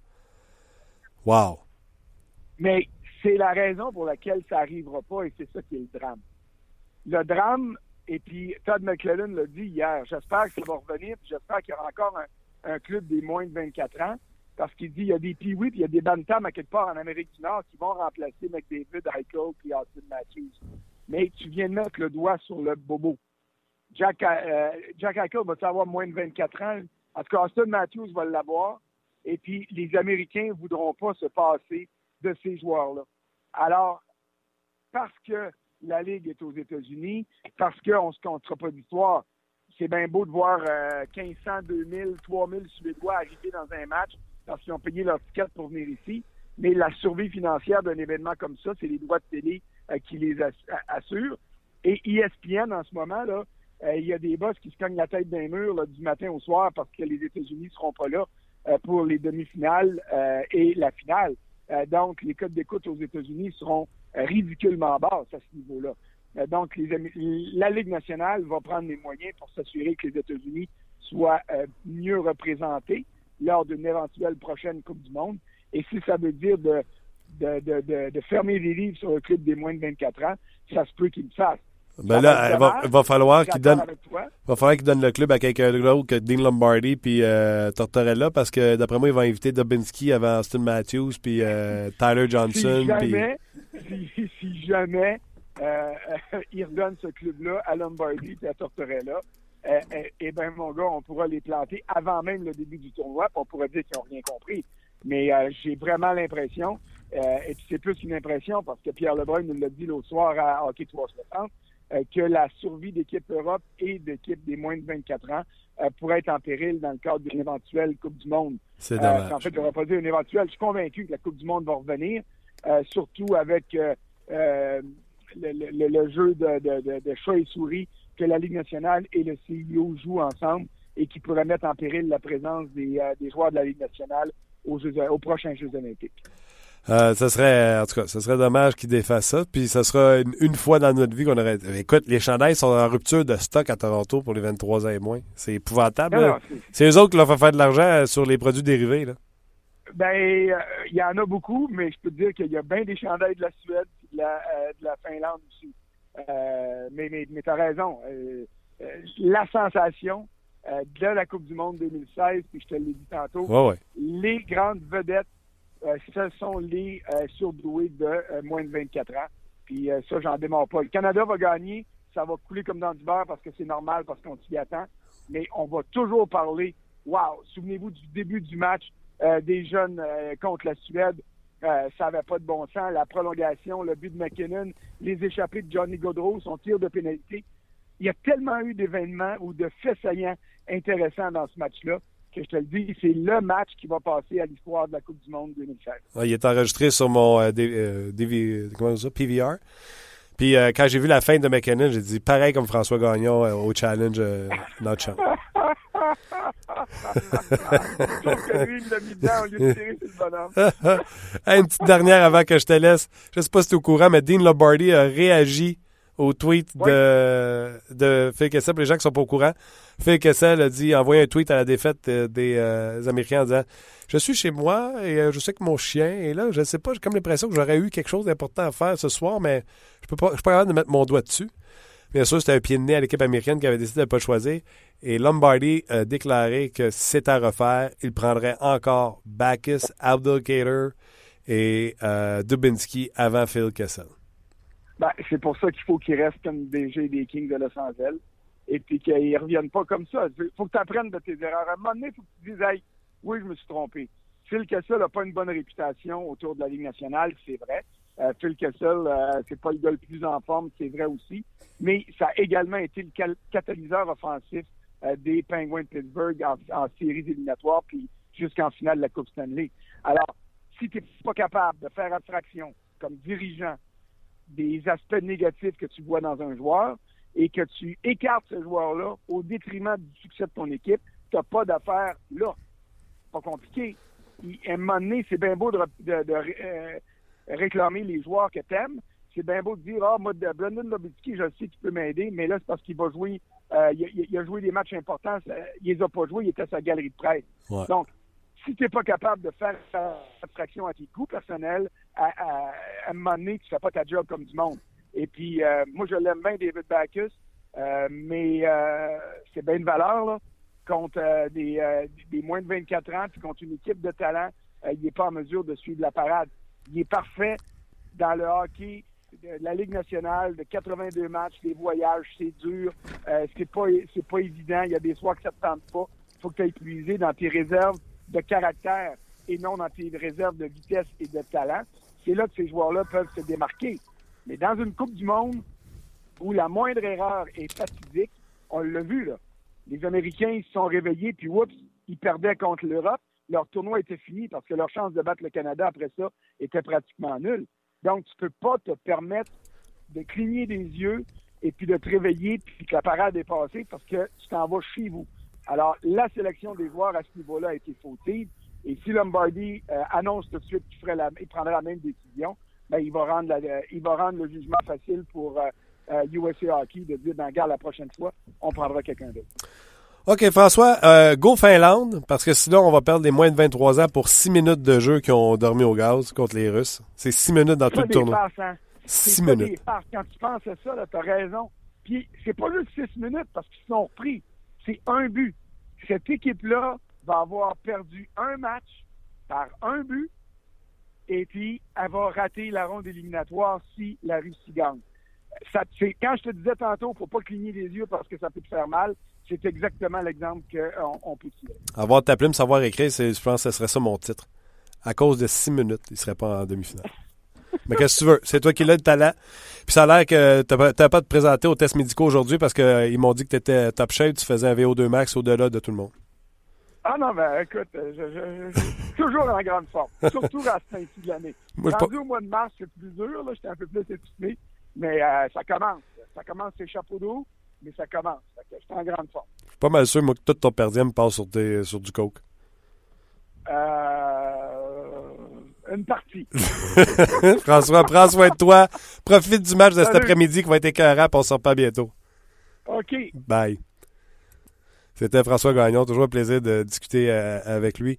Wow!
Mais c'est la raison pour laquelle ça n'arrivera pas et c'est ça qui est le drame. Le drame, et puis Todd McLellan l'a dit hier, j'espère que ça va revenir, puis j'espère qu'il y aura encore un club des moins de 24 ans, parce qu'il dit il y a des Pee-Wee puis il y a des Bantams à quelque part en Amérique du Nord qui vont remplacer McDavid, Eichel puis Austin Matthews. Mais tu viens de mettre le doigt sur le bobo. Jack Eichel va avoir moins de 24 ans. En tout cas, Austin Matthews va l'avoir. Et puis, les Américains ne voudront pas se passer de ces joueurs-là. Alors, parce que la Ligue est aux États-Unis, parce qu'on ne se comptera pas d'histoire, c'est bien beau de voir 1500, 2000, 3000 Suédois arriver dans un match parce qu'ils ont payé leur ticket pour venir ici. Mais la survie financière d'un événement comme ça, c'est les droits de télé qui les assurent. Et ESPN, en ce moment, là, il y a des boss qui se cognent la tête d'un mur là, du matin au soir parce que les États-Unis ne seront pas là pour les demi-finales et la finale. Donc, les codes d'écoute aux États-Unis seront ridiculement basses à ce niveau-là. Donc, la Ligue nationale va prendre les moyens pour s'assurer que les États-Unis soient mieux représentés lors d'une éventuelle prochaine Coupe du monde. Et si ça veut dire de fermer les livres sur le club des moins de 24 ans, ça se peut qu'ils le fassent.
Ben là, il va falloir qu'il donne le club à quelqu'un d'autre que Dean Lombardi puis Tortorella parce que d'après moi, il va inviter Dubinsky avant Austin Matthews puis Tyler Johnson.
Si jamais il redonne ce club-là à Lombardi et à Tortorella, eh bien, mon gars, on pourra les planter avant même le début du tournoi puis on pourra dire qu'ils n'ont rien compris. Mais j'ai vraiment l'impression, et puis c'est plus qu'une impression parce que Pierre Lebrun nous l'a dit l'autre soir à Hockey 360, que la survie d'équipe Europe et d'équipe des moins de 24 ans pourrait être en péril dans le cadre d'une éventuelle Coupe du Monde.
C'est dommage.
En fait, je ne vais pas dire une éventuelle. Je suis convaincu que la Coupe du Monde va revenir, surtout avec le jeu de chat et souris que la Ligue nationale et le CIO jouent ensemble et qui pourrait mettre en péril la présence des joueurs de la Ligue nationale aux prochains Jeux olympiques.
Ça serait dommage qu'ils défassent ça. Puis ça sera une fois dans notre vie qu'on aurait. Écoute, les chandails sont en rupture de stock à Toronto pour les 23 ans et moins. C'est épouvantable.
Non,
c'est eux autres qui leur font faire de l'argent sur les produits dérivés. Là.
Ben, il y en a beaucoup, mais je peux te dire qu'il y a bien des chandails de la Suède et de la Finlande aussi. Mais tu as raison. La sensation de la Coupe du Monde 2016, puis je te l'ai dit tantôt,
ouais.
Les grandes vedettes, ce sont les surdoués de moins de 24 ans. Puis ça, j'en démarre pas. Le Canada va gagner, ça va couler comme dans du beurre parce que c'est normal, parce qu'on s'y attend. Mais on va toujours parler, wow, souvenez-vous du début du match des jeunes contre la Suède. Ça n'avait pas de bon sens. La prolongation, le but de McKinnon, les échappées de Johnny Gaudreau, son tir de pénalité. Il y a tellement eu d'événements ou de faits saillants intéressants dans ce match-là que je te le dis, c'est le match qui va passer à l'histoire de la Coupe du Monde 2016.
Il est enregistré sur mon PVR. Puis quand j'ai vu la fin de McKinnon, j'ai dit pareil comme François Gagnon au challenge notre champ.
Sauf que lui, il l'a mis dedans au lieu de tirer sur le bonhomme.
Une petite dernière avant que je te laisse. Je ne sais pas si tu es au courant, mais Dean Lombardi a réagi au tweet de Phil Kessel. Pour les gens qui ne sont pas au courant, Phil Kessel a envoyé un tweet à la défaite des Américains en disant « Je suis chez moi et je sais que mon chien est là. Je ne sais pas, j'ai comme l'impression que j'aurais eu quelque chose d'important à faire ce soir, mais je ne suis pas capable de mettre mon doigt dessus. » Bien sûr, c'était un pied de nez à l'équipe américaine qui avait décidé de ne pas le choisir. Et Lombardi a déclaré que si c'était à refaire, il prendrait encore Backes, Abdelkader et Dubinsky avant Phil Kessel.
Ben, c'est pour ça qu'il faut qu'il reste comme DG des Kings de Los Angeles et puis qu'il ne revienne pas comme ça. Il faut que tu apprennes de tes erreurs. À un moment donné, il faut que tu dises « Hey, oui, je me suis trompé. » Phil Kessel n'a pas une bonne réputation autour de la Ligue nationale, c'est vrai. Phil Kessel, c'est pas le gars le plus en forme, c'est vrai aussi. Mais ça a également été le catalyseur offensif des Penguins de Pittsburgh en séries éliminatoires puis jusqu'en finale de la Coupe Stanley. Alors, si tu n'es pas capable de faire abstraction comme dirigeant des aspects négatifs que tu vois dans un joueur et que tu écartes ce joueur-là au détriment du succès de ton équipe, tu n'as pas d'affaire là. Pas compliqué. À un moment donné, c'est bien beau de réclamer les joueurs que tu aimes. C'est bien beau de dire « Ah, moi, Brendan Lobitsky, je sais qu'il peut m'aider, mais là, c'est parce qu'il va jouer. Il a joué des matchs importants. Il les a pas joués, il était à sa galerie de presse.
Ouais. »
Donc, si tu n'es pas capable de faire abstraction à tes goûts personnels, à un moment donné, tu ne fais pas ta job comme du monde. Et puis, moi, je l'aime bien, David Backes, mais c'est bien une valeur, là, contre des moins de 24 ans, puis contre une équipe de talent, il n'est pas en mesure de suivre la parade. Il est parfait dans le hockey de la Ligue nationale, de 82 matchs, les voyages, c'est dur, c'est pas évident, il y a des soirs que ça ne te tente pas. Il faut que tu aies puisé dans tes réserves de caractère et non dans tes réserves de vitesse et de talent. C'est là que ces joueurs-là peuvent se démarquer. Mais dans une Coupe du Monde où la moindre erreur est fatidique, on l'a vu, là. Les Américains, ils se sont réveillés, puis oups, ils perdaient contre l'Europe. Leur tournoi était fini parce que leur chance de battre le Canada après ça était pratiquement nulle. Donc, tu peux pas te permettre de cligner des yeux et puis de te réveiller puis que la parade est passée parce que tu t'en vas chez vous. Alors, la sélection des joueurs à ce niveau-là a été fautive. Et si Lombardi annonce tout de suite qu'il prendrait la même décision, ben, il va rendre le jugement facile pour USA Hockey de dire, ben, regarde, la prochaine fois, on prendra quelqu'un d'autre.
OK, François, go Finlande, parce que sinon, on va perdre les moins de 23 ans pour 6 minutes de jeu qui ont dormi au gaz contre les Russes. C'est 6 minutes dans tout le tournoi. 6 minutes.
Quand tu penses à ça, tu as raison. Puis, c'est pas juste 6 minutes parce qu'ils sont repris. C'est un but. Cette équipe-là va avoir perdu un match par un but et puis elle va rater la ronde éliminatoire si la Russie gagne. Quand je te disais tantôt, il ne faut pas cligner les yeux parce que ça peut te faire mal, c'est exactement l'exemple qu'on peut tirer.
Avoir ta plume, savoir écrire, je pense que ce serait ça mon titre. À cause de 6 minutes, il ne serait pas en demi-finale. Mais qu'est-ce que tu veux? C'est toi qui l'as le talent. Puis ça a l'air que t'as pas de présenter aux tests médicaux aujourd'hui parce qu'ils m'ont dit que tu étais top shape, tu faisais un VO2 max au-delà de tout le monde.
Ah non, mais écoute, je suis toujours en grande forme, surtout à ce temps-ci de l'année. Rendu au mois de mars, c'est plus dur, là, j'étais un peu plus étouffé, mais ça commence. Ça commence, c'est chapeau d'eau, mais ça commence. Je suis en grande forme.
Je suis pas mal sûr, moi, que tout ton per diem passe sur du coke.
Une partie.
François, prends soin de toi. Profite du match de cet après-midi qui va être écœurant, puis on se reparle bientôt.
OK.
Bye. C'était François Gagnon. Toujours un plaisir de discuter avec lui.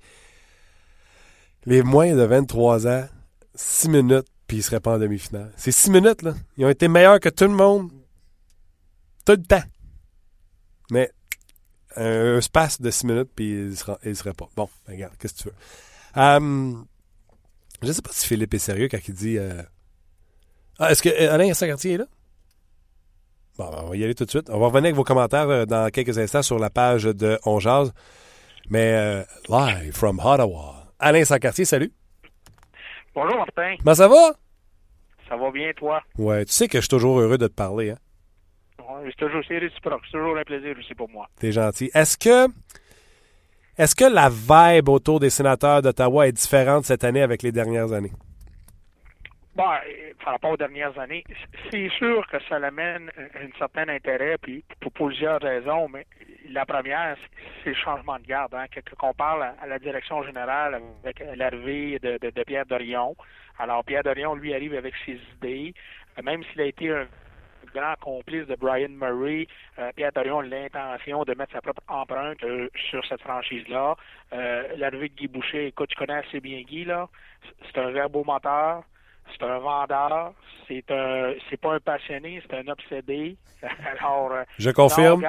Les moins de 23 ans, 6 minutes, puis ils seraient pas en demi-finale. C'est 6 minutes, là. Ils ont été meilleurs que tout le monde tout le temps. Mais un espace de 6 minutes, puis ils seraient pas. Bon, regarde, qu'est-ce que tu veux? Je ne sais pas si Philippe est sérieux quand il dit... est-ce que Alain Saint-Cartier est là? Bon, on va y aller tout de suite. On va revenir avec vos commentaires dans quelques instants sur la page de On Jase. Mais live from Ottawa. Alain Saint-Cartier, salut.
Bonjour Martin.
Comment ça va?
Ça va bien, toi?
Ouais, tu sais que je suis toujours heureux de te parler, hein?
Ouais, c'est réciproque. C'est toujours un plaisir aussi pour moi.
T'es gentil. Est-ce que la vibe autour des sénateurs d'Ottawa est différente cette année avec les dernières années?
Bon, par rapport aux dernières années, c'est sûr que ça amène un certain intérêt, puis pour plusieurs raisons, mais la première, c'est le changement de garde. Hein, qu'on parle à la direction générale avec l'arrivée de Pierre Dorion. Alors, Pierre Dorion, lui, arrive avec ses idées, même s'il a été un grand complice de Brian Murray, Pierre Dorion a l'intention de mettre sa propre empreinte sur cette franchise-là. L'arrivée de Guy Boucher, écoute, tu connais assez bien Guy, là. C'est un verbomoteur. C'est un vendeur, c'est pas un passionné, c'est un obsédé. Alors,
je confirme.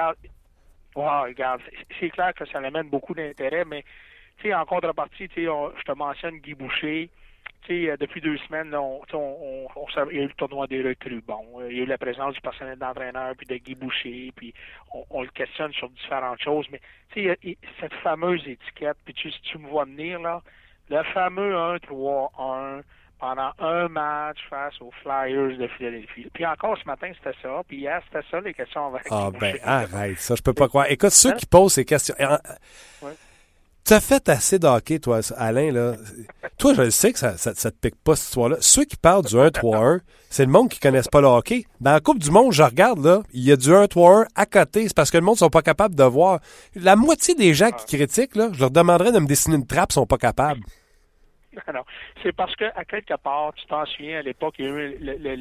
Regarde, c'est clair que ça amène beaucoup d'intérêt, mais tu sais, en contrepartie, tu sais, je te mentionne Guy Boucher. Tu sais, depuis 2 semaines, là, il y a eu le tournoi des recrues. Bon, il y a eu la présence du personnel d'entraîneur puis de Guy Boucher, puis on le questionne sur différentes choses, mais tu sais, cette fameuse étiquette, puis si tu me vois venir là, le fameux 1-3-1. Pendant un match face aux Flyers de Philadelphie. Puis encore ce matin, c'était ça. Puis hier, c'était ça, les questions avec
Ah ben, arrête, ça, je peux pas croire. Écoute, ceux qui posent ces questions... Ouais. Tu as fait assez de hockey, toi, Alain, là. Toi, je le sais que ça te pique pas, cette histoire-là. Ceux qui parlent du 1-3-1, c'est le monde qui ne connaissent pas le hockey. Dans la Coupe du Monde, je regarde, là, il y a du 1-3-1 à côté. C'est parce que le monde ne sont pas capables de voir. La moitié des gens qui critiquent, là, je leur demanderais de me dessiner une trappe, ils sont pas capables.
Non, c'est parce que à quelque part, tu t'en souviens, à l'époque, il y a eu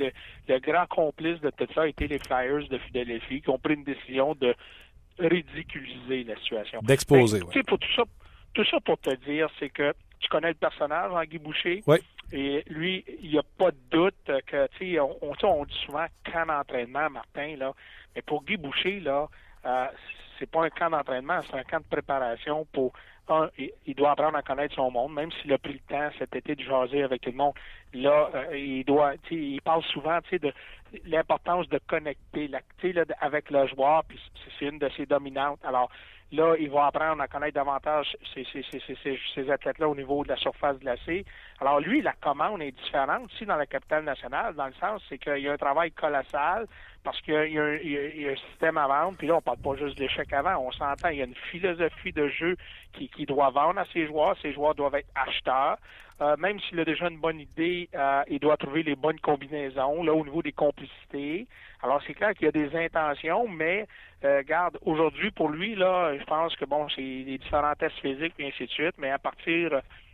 le grand complice de tout ça a été les Flyers de Philadelphie qui ont pris une décision de ridiculiser la situation.
D'exposer,
oui. Tu sais, pour tout ça pour te dire, c'est que tu connais le personnage, Guy Boucher.
Oui.
Et lui, il n'y a pas de doute que, tu sais, on dit souvent camp d'entraînement, Martin, là. Mais pour Guy Boucher, là, c'est pas un camp d'entraînement, c'est un camp de préparation pour... il doit apprendre à connaître son monde, même s'il a pris le temps cet été de jaser avec tout le monde. Là, il parle souvent, de l'importance de connecter, avec le joueur, puis c'est une de ses dominantes. Alors, là, il va apprendre à connaître davantage ces athlètes-là au niveau de la surface glacée. Alors, lui, la commande est différente aussi dans la capitale nationale, dans le sens, c'est qu'il y a un travail colossal, parce qu'il y a un système à vendre, puis là, on parle pas juste d'échec avant, on s'entend, il y a une philosophie de jeu qui doit vendre à ses joueurs doivent être acheteurs, même s'il a déjà une bonne idée, il doit trouver les bonnes combinaisons, là, au niveau des complicités. Alors, c'est clair qu'il y a des intentions, mais, regarde, aujourd'hui, pour lui, là, je pense que, bon, c'est les différents tests physiques, et ainsi de suite, mais à partir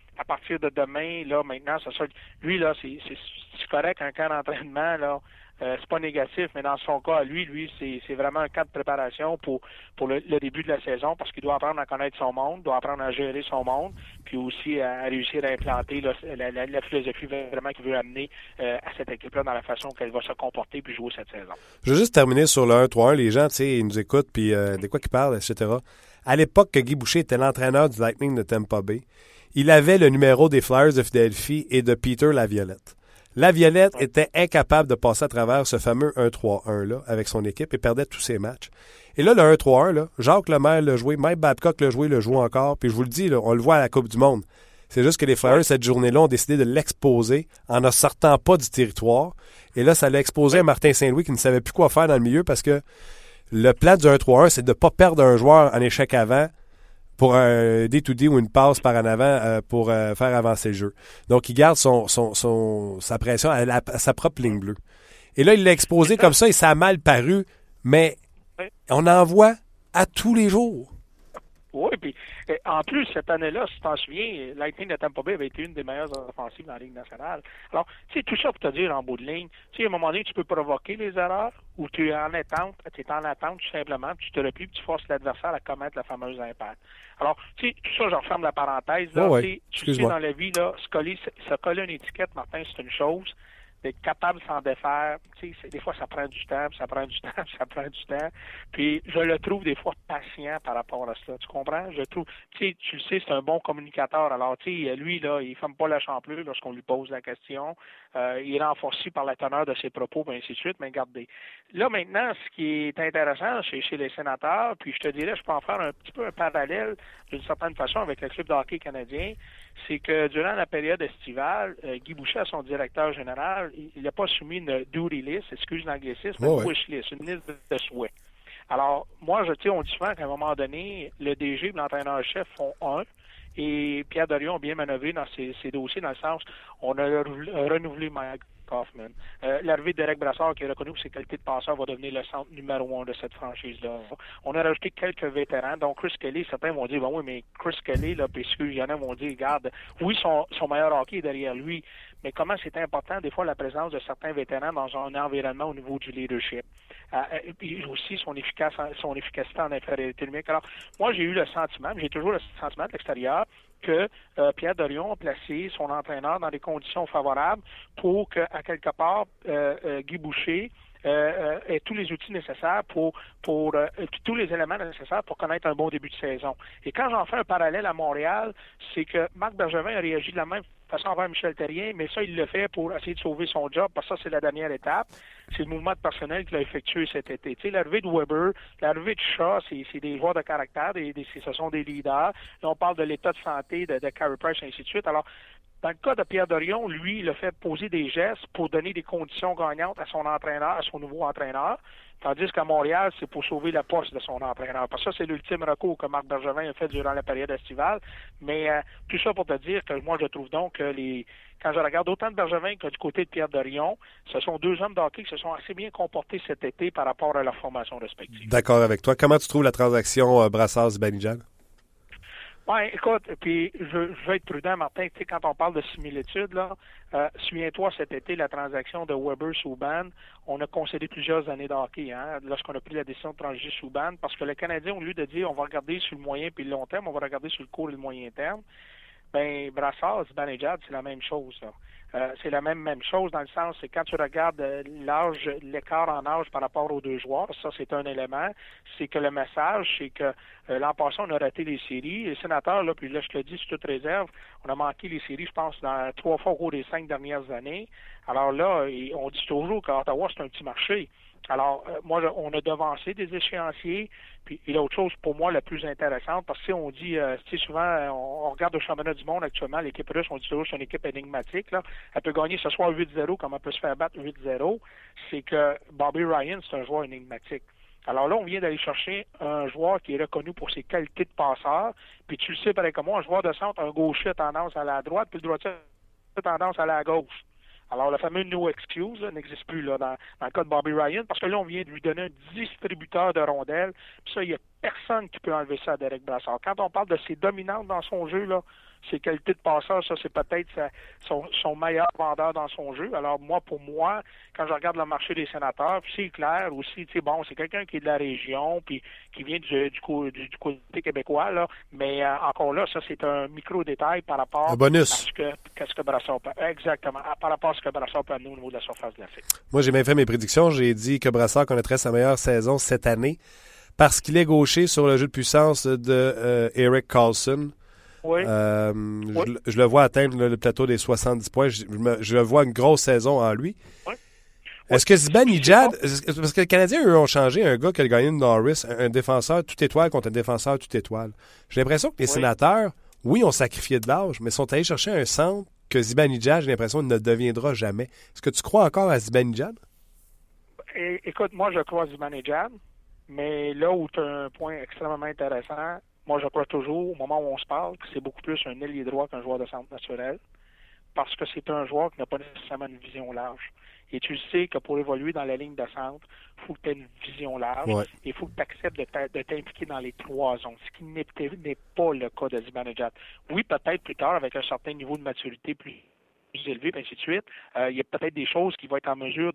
de demain, là, maintenant, lui, là, c'est correct, un camp d'entraînement, là, c'est pas négatif, mais dans son cas, lui, c'est vraiment un camp de préparation pour le début de la saison, parce qu'il doit apprendre à connaître son monde, doit apprendre à gérer son monde, puis aussi à réussir à implanter là, la philosophie vraiment qu'il veut amener à cette équipe-là dans la façon qu'elle va se comporter puis jouer cette saison.
Je veux juste terminer sur le 1-3-1. Les gens, tu sais, ils nous écoutent, puis de quoi qu'ils parlent, etc. À l'époque que Guy Boucher était l'entraîneur du Lightning de Tampa Bay, il avait le numéro des Flyers de Philadelphie et de Peter Laviolette. Laviolette était incapable de passer à travers ce fameux 1-3-1-là avec son équipe et perdait tous ses matchs. Et là, le 1-3-1, là, Jacques Lemaire l'a joué, Mike Babcock l'a joué encore, puis je vous le dis, là, on le voit à la Coupe du Monde. C'est juste que les Flyers, cette journée-là, ont décidé de l'exposer en ne sortant pas du territoire. Et là, ça l'a exposé à Martin Saint-Louis qui ne savait plus quoi faire dans le milieu parce que le plan du 1-3-1, c'est de ne pas perdre un joueur en échec avant pour un D2D ou une passe par en avant pour faire avancer le jeu. Donc, il garde sa pression à sa propre ligne bleue. Et là, il l'a exposé comme ça et ça a mal paru, mais on en voit à tous les jours.
Oui, puis en plus, cette année-là, si tu t'en souviens, Lightning de Tampa Bay avait été une des meilleures offensives dans la Ligue nationale. Alors, tu sais, tout ça pour te dire en bout de ligne, tu sais, à un moment donné, tu peux provoquer les erreurs ou tu es en attente tout simplement, puis tu te replies, puis tu forces l'adversaire à commettre la fameuse impact. Alors, tu sais, tout ça, je referme la parenthèse. Là, tu sais, dans la vie, là, se coller une étiquette, Martin, c'est une chose. D'être capable de s'en défaire, tu sais, des fois, ça prend du temps, ça prend du temps, ça prend du temps. Puis, je le trouve des fois patient par rapport à cela. Tu comprends? Je trouve, tu sais, tu le sais, c'est un bon communicateur. Alors, tu sais, lui, là, il ne ferme pas la champlure lorsqu'on lui pose la question. Il est renforcé par la teneur de ses propos, et ainsi de suite. Mais regardez. Là, maintenant, ce qui est intéressant chez les sénateurs, puis je te dirais, je peux en faire un petit peu un parallèle d'une certaine façon avec le club de hockey canadien, c'est que durant la période estivale, Guy Boucher, son directeur général, il n'a pas soumis une duty list, excuse l'anglicisme, une wish list, une liste de souhaits. Alors, moi, on dit souvent qu'à un moment donné, le DG et l'entraîneur-chef font un, et Pierre Dorion a bien manœuvré dans ses dossiers, dans le sens, on a renouvelé Mike Kaufman. L'arrivée d'Éric Brassard, qui est reconnu pour ses qualités de passeur, va devenir le centre numéro 1 de cette franchise-là. On a rajouté quelques vétérans, donc Chris Kelly, certains vont dire, ben oui, mais Chris Kelly, là, puis il y en a vont dire, regarde, oui, son meilleur hockey est derrière lui, mais comment c'est important, des fois, la présence de certains vétérans dans un environnement au niveau du leadership. Et puis aussi son efficacité en infériorité numérique. Alors, moi, j'ai toujours le sentiment de l'extérieur que Pierre Dorion a placé son entraîneur dans des conditions favorables pour que, à quelque part, Guy Boucher ait tous les outils nécessaires pour tous les éléments nécessaires pour connaître un bon début de saison. Et quand j'en fais un parallèle à Montréal, c'est que Marc Bergevin a réagi de la même façon envers Michel Therrien, mais ça, il le fait pour essayer de sauver son job, parce que ça, c'est la dernière étape. C'est le mouvement de personnel qu'il a effectué cet été. Tu sais, l'arrivée de Weber, l'arrivée de Shaw, c'est des joueurs de caractère, ce sont des leaders. Là, on parle de l'état de santé de Carey Price, et ainsi de suite. Alors, dans le cas de Pierre Dorion, lui, il a fait poser des gestes pour donner des conditions gagnantes à son entraîneur, à son nouveau entraîneur. Tandis qu'à Montréal, c'est pour sauver la poste de son entraîneur. Parce que ça, c'est l'ultime recours que Marc Bergevin a fait durant la période estivale. Mais tout ça pour te dire que moi, je trouve donc que quand je regarde autant de Bergevin que du côté de Pierre Dorion, ce sont deux hommes de hockey qui se sont assez bien comportés cet été par rapport à leur formation respective.
D'accord avec toi. Comment tu trouves la transaction Brassard-Zibanejad?
Oui, écoute, puis je vais être prudent, Martin, tu sais, quand on parle de similitude, là, souviens-toi, cet été, la transaction de Weber-Subban, on a concédé plusieurs années de hockey, lorsqu'on a pris la décision de transiger Subban, parce que le Canadien, au lieu de dire on va regarder sur le moyen puis le long terme, on va regarder sur le court et le moyen terme, ben Brassard, Zibanejad, c'est la même chose, là. C'est la même chose dans le sens, c'est quand tu regardes l'écart en âge par rapport aux deux joueurs, ça c'est un élément, c'est que le message, c'est que l'an passé, on a raté les séries. Les sénateurs, là, puis là je te le dis sous toute réserve, on a manqué les séries, je pense, 3 fois au cours des 5 dernières années. Alors là, on dit toujours qu'Ottawa, c'est un petit marché. Alors, moi, on a devancé des échéanciers. Puis, et l'autre chose, pour moi, la plus intéressante, parce que si on dit, tu sais, souvent, on regarde le championnat du monde actuellement, l'équipe russe, on dit toujours que c'est une équipe énigmatique, là. Elle peut gagner ce soir 8-0, comme elle peut se faire battre 8-0. C'est que Bobby Ryan, c'est un joueur énigmatique. Alors là, on vient d'aller chercher un joueur qui est reconnu pour ses qualités de passeur. Puis tu le sais, pareil comme moi, un joueur de centre, un gaucher a tendance à la droite, puis le droitier a tendance à la gauche. Alors, le fameux no excuse n'existe plus là, dans le cas de Bobby Ryan, parce que là, on vient de lui donner un distributeur de rondelles. Puis ça, il n'y a personne qui peut enlever ça à Derek Brassard. Quand on parle de ses dominantes dans son jeu, là, ses qualités de passeur, ça, c'est peut-être son meilleur vendeur dans son jeu. Alors, pour moi, quand je regarde le marché des sénateurs, puis c'est clair aussi, tu sais, bon, c'est quelqu'un qui est de la région, puis qui vient du côté québécois, là, mais encore là, ça, c'est un micro-détail par rapport
à ce
que Brassard peut... Exactement, par rapport à ce que Brassard peut amener au niveau de la surface glacée.
Moi, j'ai bien fait mes prédictions. J'ai dit que Brassard connaîtrait sa meilleure saison cette année parce qu'il est gaucher sur le jeu de puissance de Erik Karlsson.
Oui.
Je le vois atteindre le plateau des 70 points. Je vois une grosse saison en lui.
Oui.
Est-ce que Zibanejad... Parce que les Canadiens, eux, ont changé un gars qui a gagné une Norris, un défenseur tout étoile contre un défenseur tout étoile. J'ai l'impression que les sénateurs, oui, ont sacrifié de l'âge, mais sont allés chercher un centre que Zibanejad, j'ai l'impression, ne deviendra jamais. Est-ce que tu crois encore à Zibanejad?
Écoute, moi, je crois à Zibanejad, mais là où tu as un point extrêmement intéressant, moi, je crois toujours, au moment où on se parle, que c'est beaucoup plus un ailier droit qu'un joueur de centre naturel, parce que c'est un joueur qui n'a pas nécessairement une vision large. Et tu sais que pour évoluer dans la ligne de centre, il faut que tu aies une vision large.
Ouais.
Et il faut que tu acceptes de t'impliquer dans les 3 zones, ce qui n'est pas le cas de Zibanejad. Oui, peut-être plus tard, avec un certain niveau de maturité plus élevé, et ainsi de suite, il y a peut-être des choses qu'il va être en mesure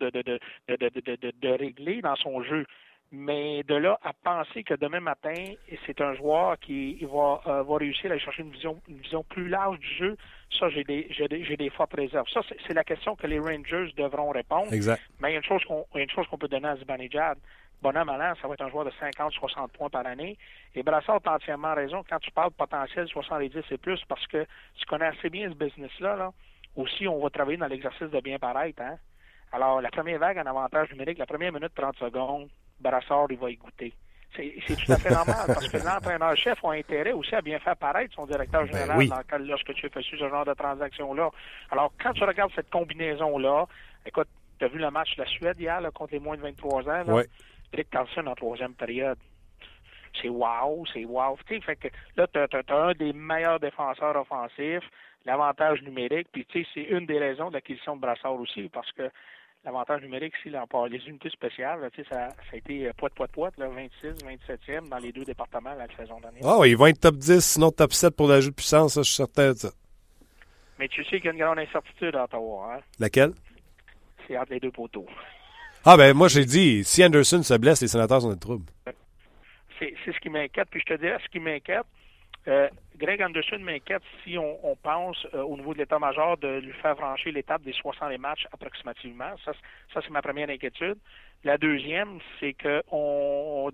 de régler dans son jeu. Mais de là à penser que demain matin, c'est un joueur qui va réussir à aller chercher une vision plus large du jeu, ça, j'ai des fortes réserves. Ça, c'est la question que les Rangers devront répondre.
Exact.
Mais il y a une chose qu'on peut donner à Zibanejad. Bonhomme allant, ça va être un joueur de 50-60 points par année. Et Brassard a entièrement raison quand tu parles de potentiel 70 et plus, parce que tu connais assez bien ce business-là. Là. Aussi, on va travailler dans l'exercice de bien paraître. Hein? Alors, la première vague en avantage numérique, la première minute 30 secondes, Brassard, il va y goûter. C'est tout à fait normal, parce que l'entraîneur-chef a intérêt aussi à bien faire paraître son directeur général
oui.
lorsque tu fais ce genre de transaction-là. Alors, quand tu regardes cette combinaison-là, écoute, tu as vu le match de la Suède hier là, contre les moins de 23 ans, là?
Ouais.
Rick Carlson en 3e période. C'est wow. Tu sais, fait que là, tu as un des meilleurs défenseurs offensifs, l'avantage numérique, puis tu sais, c'est une des raisons de l'acquisition de Brassard aussi, parce que l'avantage numérique, si les unités spéciales, là, ça a été poit, là, 26, 27e dans les 2 départements la saison dernière.
Ah, ils vont être top 10, sinon top 7 pour l'ajout de puissance, ça, je suis certain de ça.
Mais tu sais qu'il y a une grande incertitude à Ottawa. Hein?
Laquelle?
C'est entre les 2 poteaux.
Ah, ben moi, j'ai dit, si Anderson se blesse, les Sénateurs sont dans le trouble.
C'est ce qui m'inquiète. Puis je te dirais, ce qui m'inquiète, Greg Anderson m'inquiète si on pense au niveau de l'état-major de lui faire franchir l'étape des 60 matchs approximativement. Ça c'est ma première inquiétude. La deuxième, c'est que dans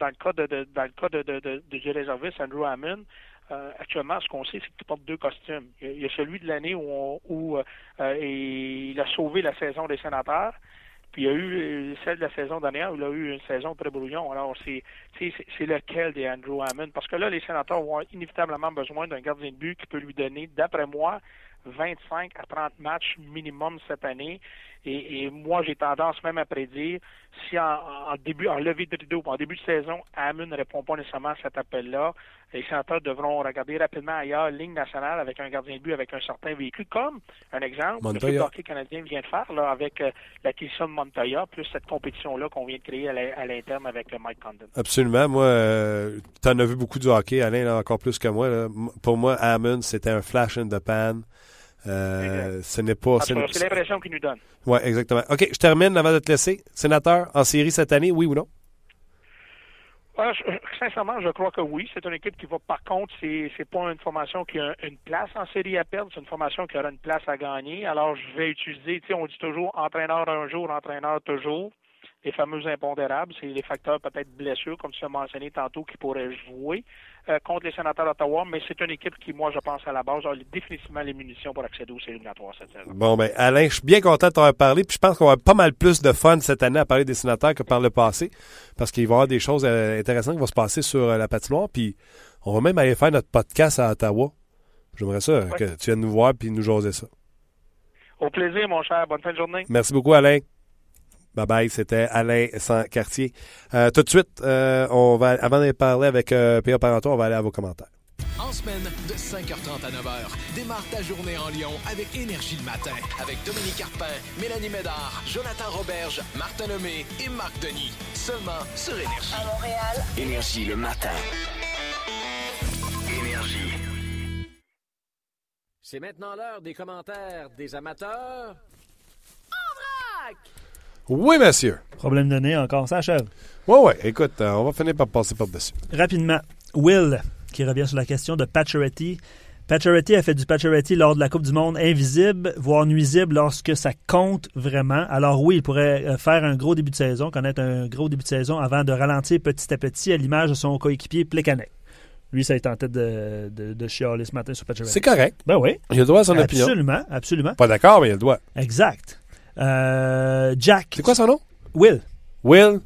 le cas du réserviste Andrew Hammond, actuellement, ce qu'on sait, c'est qu'il porte 2 costumes. Il y a celui de l'année où il a sauvé la saison des Sénateurs. Puis il y a eu celle de la saison dernière où il a eu une saison très brouillon. Alors, c'est lequel des Andrew Hammond? Parce que là, les Sénateurs vont inévitablement besoin d'un gardien de but qui peut lui donner, d'après moi, 25 à 30 matchs minimum cette année. Et moi, j'ai tendance même à prédire, si en levée de rideau, en début de saison, Hammond ne répond pas nécessairement à cet appel-là, les Sénateurs devront regarder rapidement ailleurs, ligne nationale, avec un gardien de but avec un certain véhicule, comme un exemple,
Montoya.
le hockey canadien vient de faire là, avec l'acquisition de Montoya, plus cette compétition-là qu'on vient de créer à l'interne avec Mike Condon.
Absolument. Moi, tu en as vu beaucoup du hockey, Alain, là, encore plus que moi. Là. Pour moi, Hammond, c'était un flash in the pan. Ce n'est pas...
C'est l'impression qu'il nous donne.
Oui, exactement. OK, je termine avant de te laisser. Sénateur, en série cette année, oui ou non?
Sincèrement, je crois que oui. C'est une équipe qui va, par contre, c'est pas une formation qui a une place en série à perdre, c'est une formation qui aura une place à gagner. Alors, je vais utiliser, tu sais, on dit toujours entraîneur un jour, entraîneur toujours. Les fameux impondérables, c'est les facteurs peut-être blessures, comme tu as mentionné tantôt, qui pourraient jouer contre les Sénateurs d'Ottawa, mais c'est une équipe qui, moi, je pense à la base, a définitivement les munitions pour accéder aux séries éliminatoires cette saison.
Bon, ben Alain, je suis bien content de t'avoir parlé, puis je pense qu'on va avoir pas mal plus de fun cette année à parler des Sénateurs que par le passé, parce qu'il va y avoir des choses intéressantes qui vont se passer sur la patinoire, puis on va même aller faire notre podcast à Ottawa. J'aimerais ça que tu viennes nous voir puis nous jaser ça.
Au plaisir, mon cher. Bonne fin de journée.
Merci beaucoup, Alain. Bye-bye, c'était Alain Sancartier. Tout de suite, avant de parler avec P.A. Parenteau, on va aller à vos commentaires.
En semaine, de 5h30 à 9h, démarre ta journée en Lyon avec Énergie le matin. Avec Dominique Carpin, Mélanie Médard, Jonathan Roberge, Martin Lemay et Marc Denis. Seulement sur Énergie.
À Montréal,
Énergie le matin. Énergie.
C'est maintenant l'heure des commentaires des amateurs.
Oui, monsieur.
Problème donné, encore, ça achève.
Oui, écoute, on va finir par passer par-dessus.
Rapidement, Will, qui revient sur la question de Pacioretty. Pacioretty a fait du Pacioretty lors de la Coupe du Monde invisible, voire nuisible lorsque ça compte vraiment. Alors oui, il pourrait faire un gros début de saison, connaître un gros début de saison avant de ralentir petit à petit à l'image de son coéquipier Plekanec. Lui, ça a été en tête de chialer ce matin sur Pacioretty.
C'est correct.
Ben oui.
Il a le droit à son opinion.
Absolument, absolument.
Pas d'accord, mais il a le droit.
Exact. Jack.
C'est quoi son nom?
Will.
Will.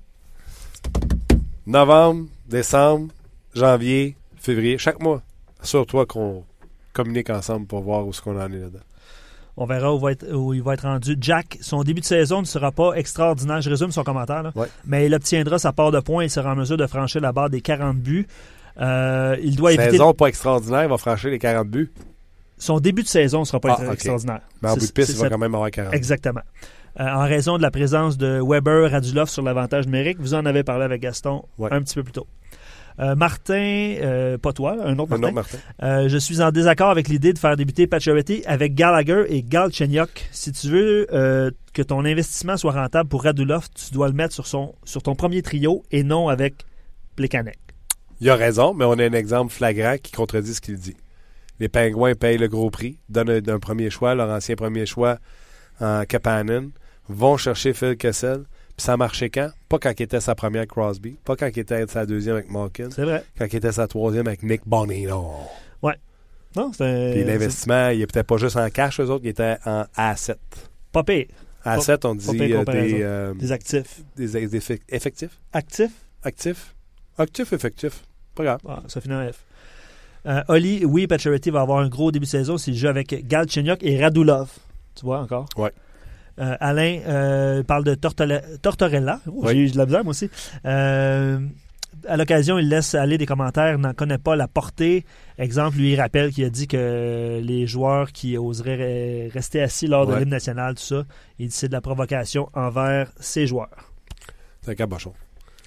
Novembre, décembre, janvier, février, chaque mois. Assure-toi qu'on communiquent ensemble pour voir où est-ce qu'on en est là-dedans.
On verra où il va être rendu. Jack, son début de saison ne sera pas extraordinaire. Je résume son commentaire, là.
Ouais.
Mais il obtiendra sa part de points. Il sera en mesure de franchir la barre des 40 buts. Il doit éviter...
Saison pas extraordinaire, il va franchir les 40 buts.
Son début de saison ne sera pas
OK.
extraordinaire.
Mais en bout de piste, il va
cette-
quand même avoir 40.
Exactement. En raison de la présence de Weber, Radulov sur l'avantage numérique, vous en avez parlé avec Gaston un petit peu plus tôt. Martin, pas toi, un autre Martin. Je suis en désaccord avec l'idée de faire débuter Pacioretty avec Gallagher et Galchenyuk. Si tu veux que ton investissement soit rentable pour Radulov, tu dois le mettre sur ton premier trio et non avec Plekanec.
Il a raison, mais on a un exemple flagrant qui contredit ce qu'il dit. Les Pingouins payent le gros prix, donnent un premier choix, leur ancien premier choix en Kapanen, vont chercher Phil Kessel. Puis ça marchait quand? Pas quand il était sa première Crosby, pas quand il était sa deuxième avec Malkin,
C'est vrai.
quand il était sa troisième avec Nick Bonino.
Non, c'est
Puis l'investissement, il était pas juste en cash, eux autres, il était en asset.
pas pire.
Asset, on
pas
dit
pire comparaison.
des
Des actifs.
effectifs.
Actifs?
Actifs. Actifs, effectifs. Pas grave.
Ah, ça finit en F. Oli, oui, Pacioretty va avoir un gros début de saison s'il joue avec Galchenyuk et Radulov. Tu vois encore?
Ouais.
Alain parle de Tortorella. Oh,
Oui.
J'ai eu de la misère, moi aussi. À l'occasion, il laisse aller des commentaires, n'en connaît pas la portée. Exemple, lui, il rappelle qu'il a dit que les joueurs qui oseraient rester assis lors de l'hymne national, tout ça, il dit c'est de la provocation envers ses joueurs.
C'est un cabochon.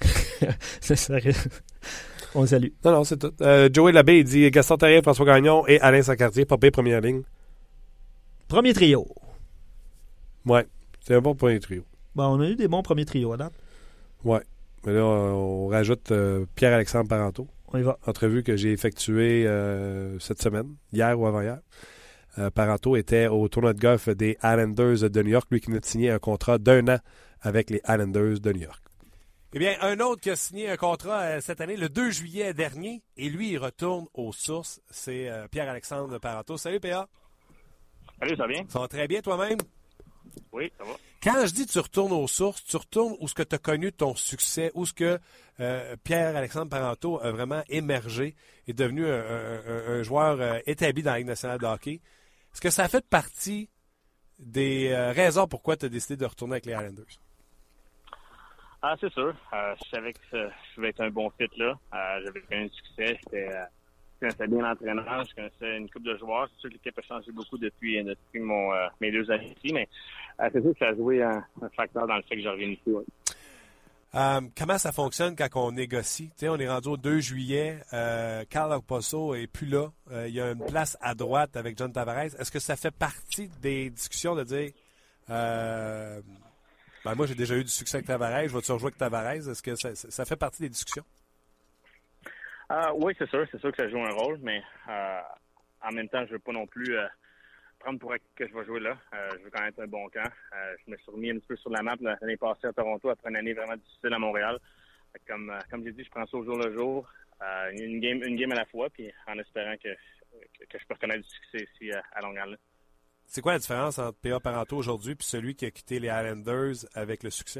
On le salue.
Non, c'est tout. Joey Labbé, il dit Gaston Terrien, François Gagnon et Alain Sacartier, Popé, première ligne.
Premier trio.
Ouais, c'est un bon premier trio.
Bon, on a eu des bons premiers trios à date.
Ouais. Mais là, on rajoute Pierre-Alexandre Parenteau.
On y va.
Entrevue que j'ai effectuée cette semaine, hier ou avant-hier. Parenteau était au tournoi de golf des Islanders de New York, lui qui venait de signer un contrat d'1 an avec les Islanders de New York. Eh bien, un autre qui a signé un contrat cette année, le 2 juillet dernier, et lui, il retourne aux sources. C'est Pierre-Alexandre Parenteau. Salut, PA.
Salut, ça va bien?
Ça va très bien toi-même?
Oui, ça va.
Quand je dis tu retournes aux sources, tu retournes où ce que tu as connu ton succès, où ce que Pierre-Alexandre Parenteau a vraiment émergé, est devenu un joueur établi dans la Ligue nationale de hockey. Est-ce que ça a fait partie des raisons pourquoi tu as décidé de retourner avec les Islanders?
Ah, c'est sûr. Je savais que je vais être un bon fit là. J'avais eu un succès. Je connaissais bien l'entraîneur. Je connaissais une couple de joueurs. C'est sûr que l'équipe a changé beaucoup depuis mes 2 années ici, mais c'est sûr que ça a joué un facteur dans le fait que je revienne ici. Ouais.
Comment ça fonctionne quand on négocie? T'sais, on est rendu au 2 juillet. Carl Okposo est plus là. Il y a une place à droite avec John Tavares. Est-ce que ça fait partie des discussions de dire moi, j'ai déjà eu du succès avec Tavares. Je vais-tu rejouer avec Tavares? Est-ce que ça fait partie des discussions?
Oui, c'est sûr. C'est sûr que ça joue un rôle, mais en même temps, je veux pas non plus prendre pour acquis que je vais jouer là. Je veux quand même être un bon camp. Je me suis remis un petit peu sur la map l'année passée à Toronto après une année vraiment difficile à Montréal. Comme j'ai dit, je prends ça au jour le jour. Une game à la fois, puis en espérant que je peux reconnaître du succès ici à Long Island. C'est
quoi la différence entre P.A. Parenteau aujourd'hui et celui qui a quitté les Islanders avec le succès?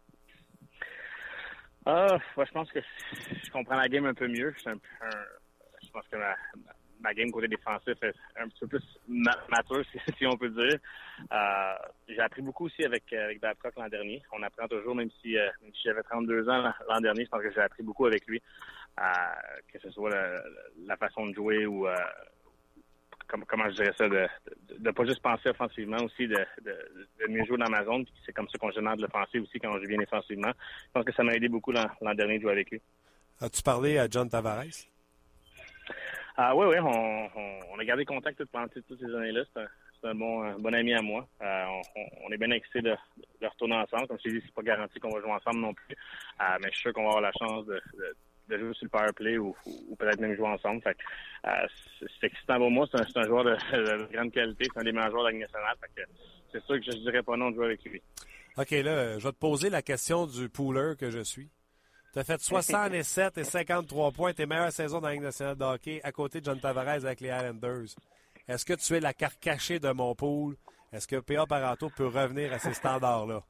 Je pense que je comprends la game un peu mieux. Je pense que ma game côté défensif est un petit peu plus mature, si on peut dire. J'ai appris beaucoup aussi avec Babcock l'an dernier. On apprend toujours, même si j'avais 32 ans l'an dernier, je pense que j'ai appris beaucoup avec lui. Que ce soit la façon de jouer ou comment je dirais ça, de pas juste penser offensivement, aussi de mieux jouer dans ma zone. Puis c'est comme ça qu'on génère de l'offensive aussi quand on joue bien défensivement. Je pense que ça m'a aidé beaucoup l'an dernier de jouer avec lui.
As-tu parlé à John Tavares?
Oui, on a gardé contact pendant toutes ces années-là. C'est un bon ami à moi. On est bien excités de retourner ensemble. Comme je t'ai dit, c'est pas garanti qu'on va jouer ensemble non plus. Mais je suis sûr qu'on va avoir la chance de jouer sur le power play ou peut-être même jouer ensemble. Fait que, c'est excitant pour moi. C'est un joueur de grande qualité. C'est un des meilleurs joueurs de la Ligue nationale. Fait que, c'est sûr que je ne dirais pas non de jouer avec lui.
OK, là, je vais te poser la question du pooler que je suis. Tu as fait 67 et 53 points, tes meilleures saisons dans la Ligue nationale de hockey, à côté de John Tavares avec les Islanders. Est-ce que tu es la carte cachée de mon pool? Est-ce que P.A. Parenteau peut revenir à ces standards-là?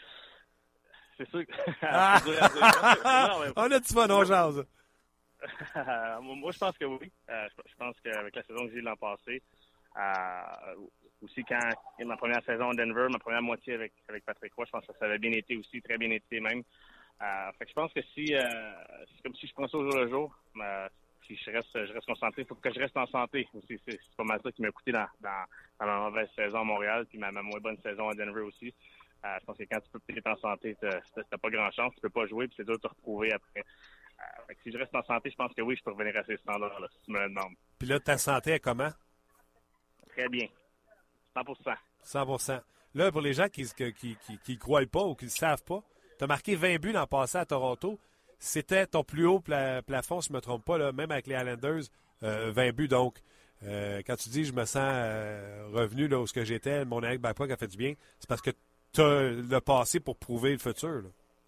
C'est sûr que...
On a du fun, on jase.
Moi, je pense que oui. Je pense qu'avec la saison que j'ai eu l'an passé, aussi quand ma première saison à Denver, ma première moitié avec Patrick Roy, je pense que ça avait bien été aussi, très bien été même. Fait que je pense que c'est comme si je prends ça au jour le jour. Si je reste concentré, il faut que je reste en santé aussi. C'est pas mal ça qui m'a coûté dans ma mauvaise saison à Montréal, puis ma moins bonne saison à Denver aussi. Je pense que quand tu peux être en santé, t'as pas grand chance, tu peux pas jouer, puis c'est dur de te retrouver après. Fait que si je reste en santé, je pense que oui, je peux revenir à ces standards-là, si tu me le demandes.
Puis là, ta santé est comment?
Très bien. 100%.
100%. Là, pour les gens qui y croient pas ou qui ne savent pas, tu as marqué 20 buts l'an passé à Toronto. C'était ton plus haut plafond, si je ne me trompe pas, là, même avec les Islanders, 20 buts. Donc, quand tu dis « je me sens revenu là où j'étais, mon année backpack a fait du bien », c'est parce que tu as le passé pour prouver le futur.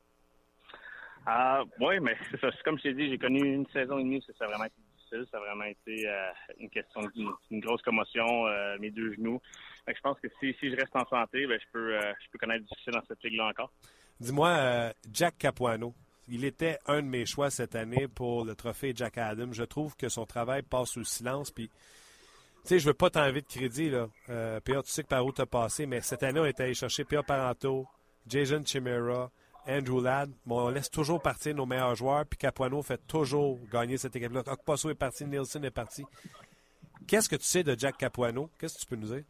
Oui, mais c'est ça. Comme je t'ai dit, j'ai connu une saison et demie, ça a vraiment été difficile. Ça a vraiment été une question d'une grosse commotion, mes 2 genoux. Fait que je pense que si je reste en santé, je peux connaître du succès dans cette ligue-là encore.
Dis-moi, Jack Capuano, il était un de mes choix cette année pour le trophée Jack Adams. Je trouve que son travail passe sous le silence. Puis, tu sais, je veux pas t'enlever de crédit, là. P.A., tu sais que par où t'as passé, mais cette année, on est allé chercher P.A. Parenteau, Jason Chimera, Andrew Ladd. Bon, on laisse toujours partir nos meilleurs joueurs, puis Capuano fait toujours gagner cette équipe-là. Okposo est parti, Nielsen est parti. Qu'est-ce que tu sais de Jack Capuano? Qu'est-ce que tu peux nous dire?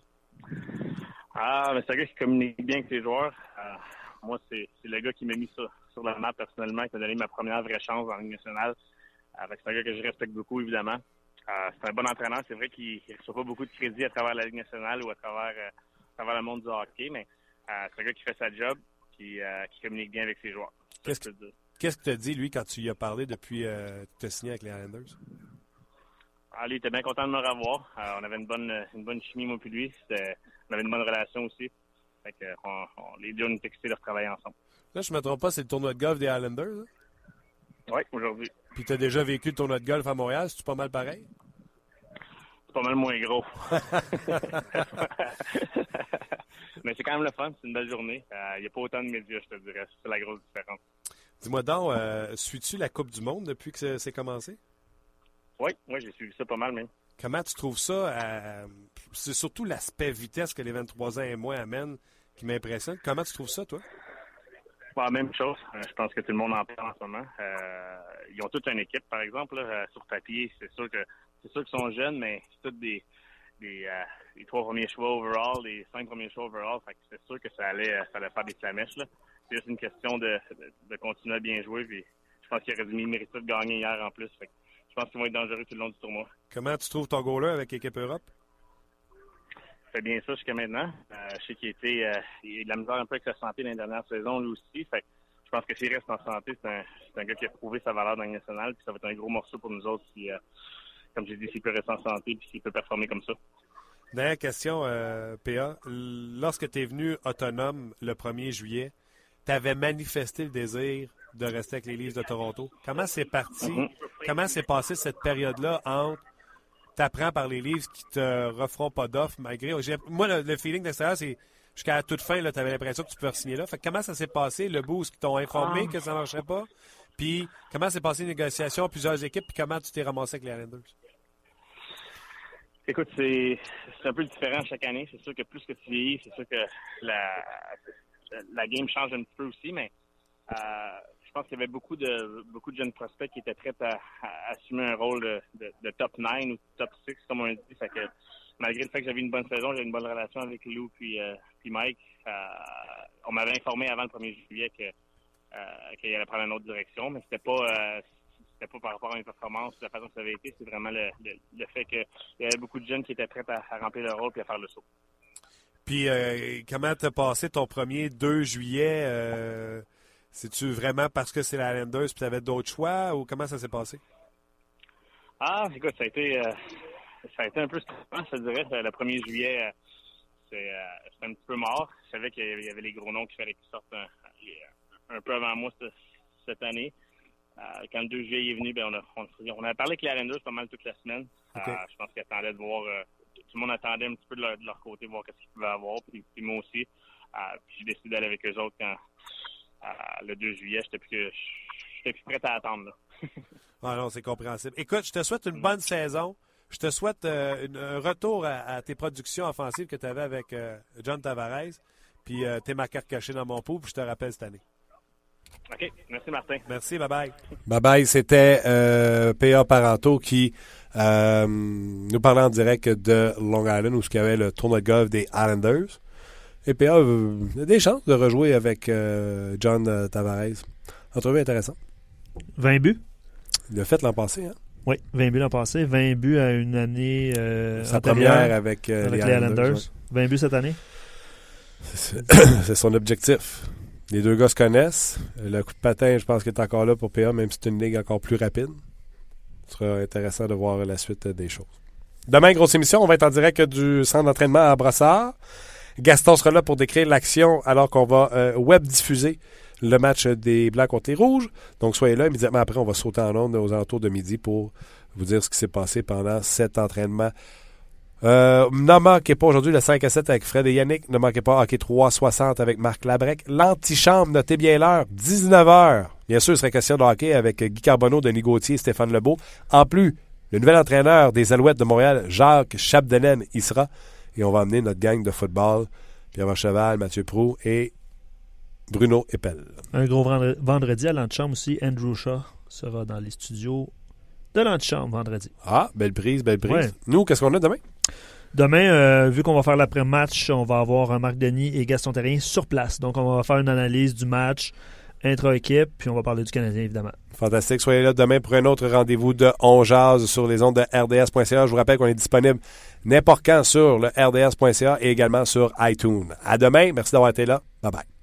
Mais c'est un gars qui communique bien avec ses joueurs. Moi, c'est le gars qui m'a mis ça sur la map personnellement, qui m'a donné ma première vraie chance dans la Ligue nationale. C'est un gars que je respecte beaucoup, évidemment. C'est un bon entraîneur. C'est vrai qu'il ne reçoit pas beaucoup de crédit à travers la Ligue nationale ou à travers le monde du hockey, mais c'est un gars qui fait sa job, qui communique bien avec ses joueurs.
Qu'est-ce que tu as dit, lui, quand tu y as parlé depuis que tu as signé avec les Islanders?
Lui, il était bien content de me revoir. On avait une bonne chimie, moi puis lui. On avait une bonne relation aussi. Fait que, les deux, on était excités de retravailler ensemble.
Là, je ne me trompe pas, c'est le tournoi de golf des Islanders?
Oui, aujourd'hui.
Puis tu as déjà vécu le tournoi de golf à Montréal, c'est-tu pas mal pareil?
C'est pas mal moins gros. Mais c'est quand même le fun, c'est une belle journée. Il n'y a pas autant de médias, je te dirais. C'est la grosse différence.
Dis-moi donc, suis-tu la Coupe du Monde depuis que c'est commencé?
Oui, j'ai suivi ça pas mal même.
Comment tu trouves ça? C'est surtout l'aspect vitesse que les 23 ans et moins amènent qui m'impressionne. Comment tu trouves ça, toi?
Même chose. Je pense que tout le monde en parle en ce moment. Ils ont toute une équipe, par exemple. Là, sur papier, c'est sûr qu'ils sont jeunes, mais c'est tous les 3 premiers choix overall, les 5 premiers choix overall. Fait que c'est sûr que ça allait faire des flamèches. Là. C'est juste une question de continuer à bien jouer. Puis je pense qu'il aurait dû mériter de gagner hier en plus. Fait que je pense qu'ils vont être dangereux tout le long du tournoi.
Comment tu trouves ton goaler avec l'équipe Europe?
Fait bien ça jusqu'à maintenant. Je sais qu'il il a de la misère un peu avec sa santé dans les dernières saisons, lui aussi. Fait que je pense que s'il reste en santé, c'est un gars qui a prouvé sa valeur dans la nationale. Puis ça va être un gros morceau pour nous autres si, comme j'ai dit, s'il peut rester en santé puis s'il peut performer comme ça.
Dernière question, P.A. Lorsque tu es venu autonome le 1er juillet, tu avais manifesté le désir de rester avec les Leafs de Toronto. Comment c'est parti? Comment s'est passée cette période-là entre t'apprends par les Leafs qui te referont pas d'offre malgré... Moi, le feeling d'extérieur, c'est jusqu'à la toute fin, tu avais l'impression que tu pouvais signer là. Fait que comment ça s'est passé, le boost qui t'ont informé que ça ne marchait pas? Puis comment s'est passé les négociations, plusieurs équipes, puis comment tu t'es ramassé avec les Islanders?
Écoute, c'est un peu différent chaque année. C'est sûr que plus que tu vieillis, c'est sûr que la game change un petit peu aussi, mais je pense qu'il y avait beaucoup de jeunes prospects qui étaient prêts à assumer un rôle de top 9 ou top 6, comme on dit. Fait que malgré le fait que j'avais une bonne saison, j'avais une bonne relation avec Lou puis Mike, on m'avait informé avant le 1er juillet qu'il allait prendre une autre direction, mais c'était pas par rapport à mes performances, la façon que ça avait été, c'est vraiment le fait qu'il y avait beaucoup de jeunes qui étaient prêts à remplir leur rôle et à faire le saut.
Puis, comment t'as passé ton premier 2 juillet? C'est-tu vraiment parce que c'est la Islanders et tu avais d'autres choix ou comment ça s'est passé?
Écoute, ça a été un peu stressant, je te dirais. Le 1er juillet, c'est un petit peu mort. Je savais qu'il y avait les gros noms qu'il fallait qu'ils sortent un peu avant moi cette année. Quand le 2 juillet est venu, on a parlé avec les Islanders pas mal toute la semaine.
Okay.
Je pense qu'ils attendaient de voir... tout le monde attendait un petit peu de leur côté, voir qu'est-ce qu'ils pouvaient avoir. Puis moi aussi. Puis j'ai décidé d'aller avec eux autres quand le 2 juillet. J'étais plus prêt à attendre. Là.
Ah non, c'est compréhensible. Écoute, je te souhaite une bonne saison. Je te souhaite un retour à tes productions offensives que tu avais avec John Tavares. Puis t'es ma carte cachée dans mon pot, puis je te rappelle cette année.
OK. Merci, Martin.
Merci, bye-bye. Bye-bye, c'était P.A. Parenteau qui nous parlait en direct de Long Island, où il y avait le tournoi de golf des Islanders. Et P.A. a des chances de rejouer avec John Tavares. Entrevue intéressante.
20 buts?
Il l'a fait l'an passé, hein?
Oui, 20 buts l'an passé. 20 buts à une année
sa première avec les Islanders.
Ouais. 20 buts cette année?
C'est son objectif. Les deux gars se connaissent. Le coup de patin, je pense qu'il est encore là pour PA, même si c'est une ligue encore plus rapide. Ce sera intéressant de voir la suite des choses. Demain, grosse émission, on va être en direct du centre d'entraînement à Brossard. Gaston sera là pour décrire l'action alors qu'on va web diffuser le match des Blancs contre les Rouges. Donc, soyez là. Immédiatement après, on va sauter en ondes aux alentours de midi pour vous dire ce qui s'est passé pendant cet entraînement. Ne manquez pas aujourd'hui le 5-7 avec Fred et Yannick. Ne manquez pas Hockey 360 avec Marc Labrec. L'antichambre, notez bien l'heure, 19h. Bien sûr, il serait question de hockey avec Guy Carbonneau, Denis Gauthier, Stéphane Lebeau. En plus, le nouvel entraîneur des Alouettes de Montréal, Jacques Chapdelaine, y sera. Et on va emmener notre gang de football, Pierre Cheval, Mathieu Proulx et Bruno Eppel.
Un gros vendredi à l'antichambre aussi. Andrew Shaw sera dans les studios de l'antichambre vendredi.
Ah, belle prise, belle prise.
Ouais.
Nous, qu'est-ce qu'on a demain?
Demain, vu qu'on va faire l'après-match, on va avoir Marc Denis et Gaston Terrien sur place. Donc, on va faire une analyse du match intra-équipe, puis on va parler du Canadien, évidemment.
Fantastique. Soyez là demain pour un autre rendez-vous de On Jase sur les ondes de RDS.ca. Je vous rappelle qu'on est disponible n'importe quand sur le RDS.ca et également sur iTunes. À demain. Merci d'avoir été là. Bye-bye.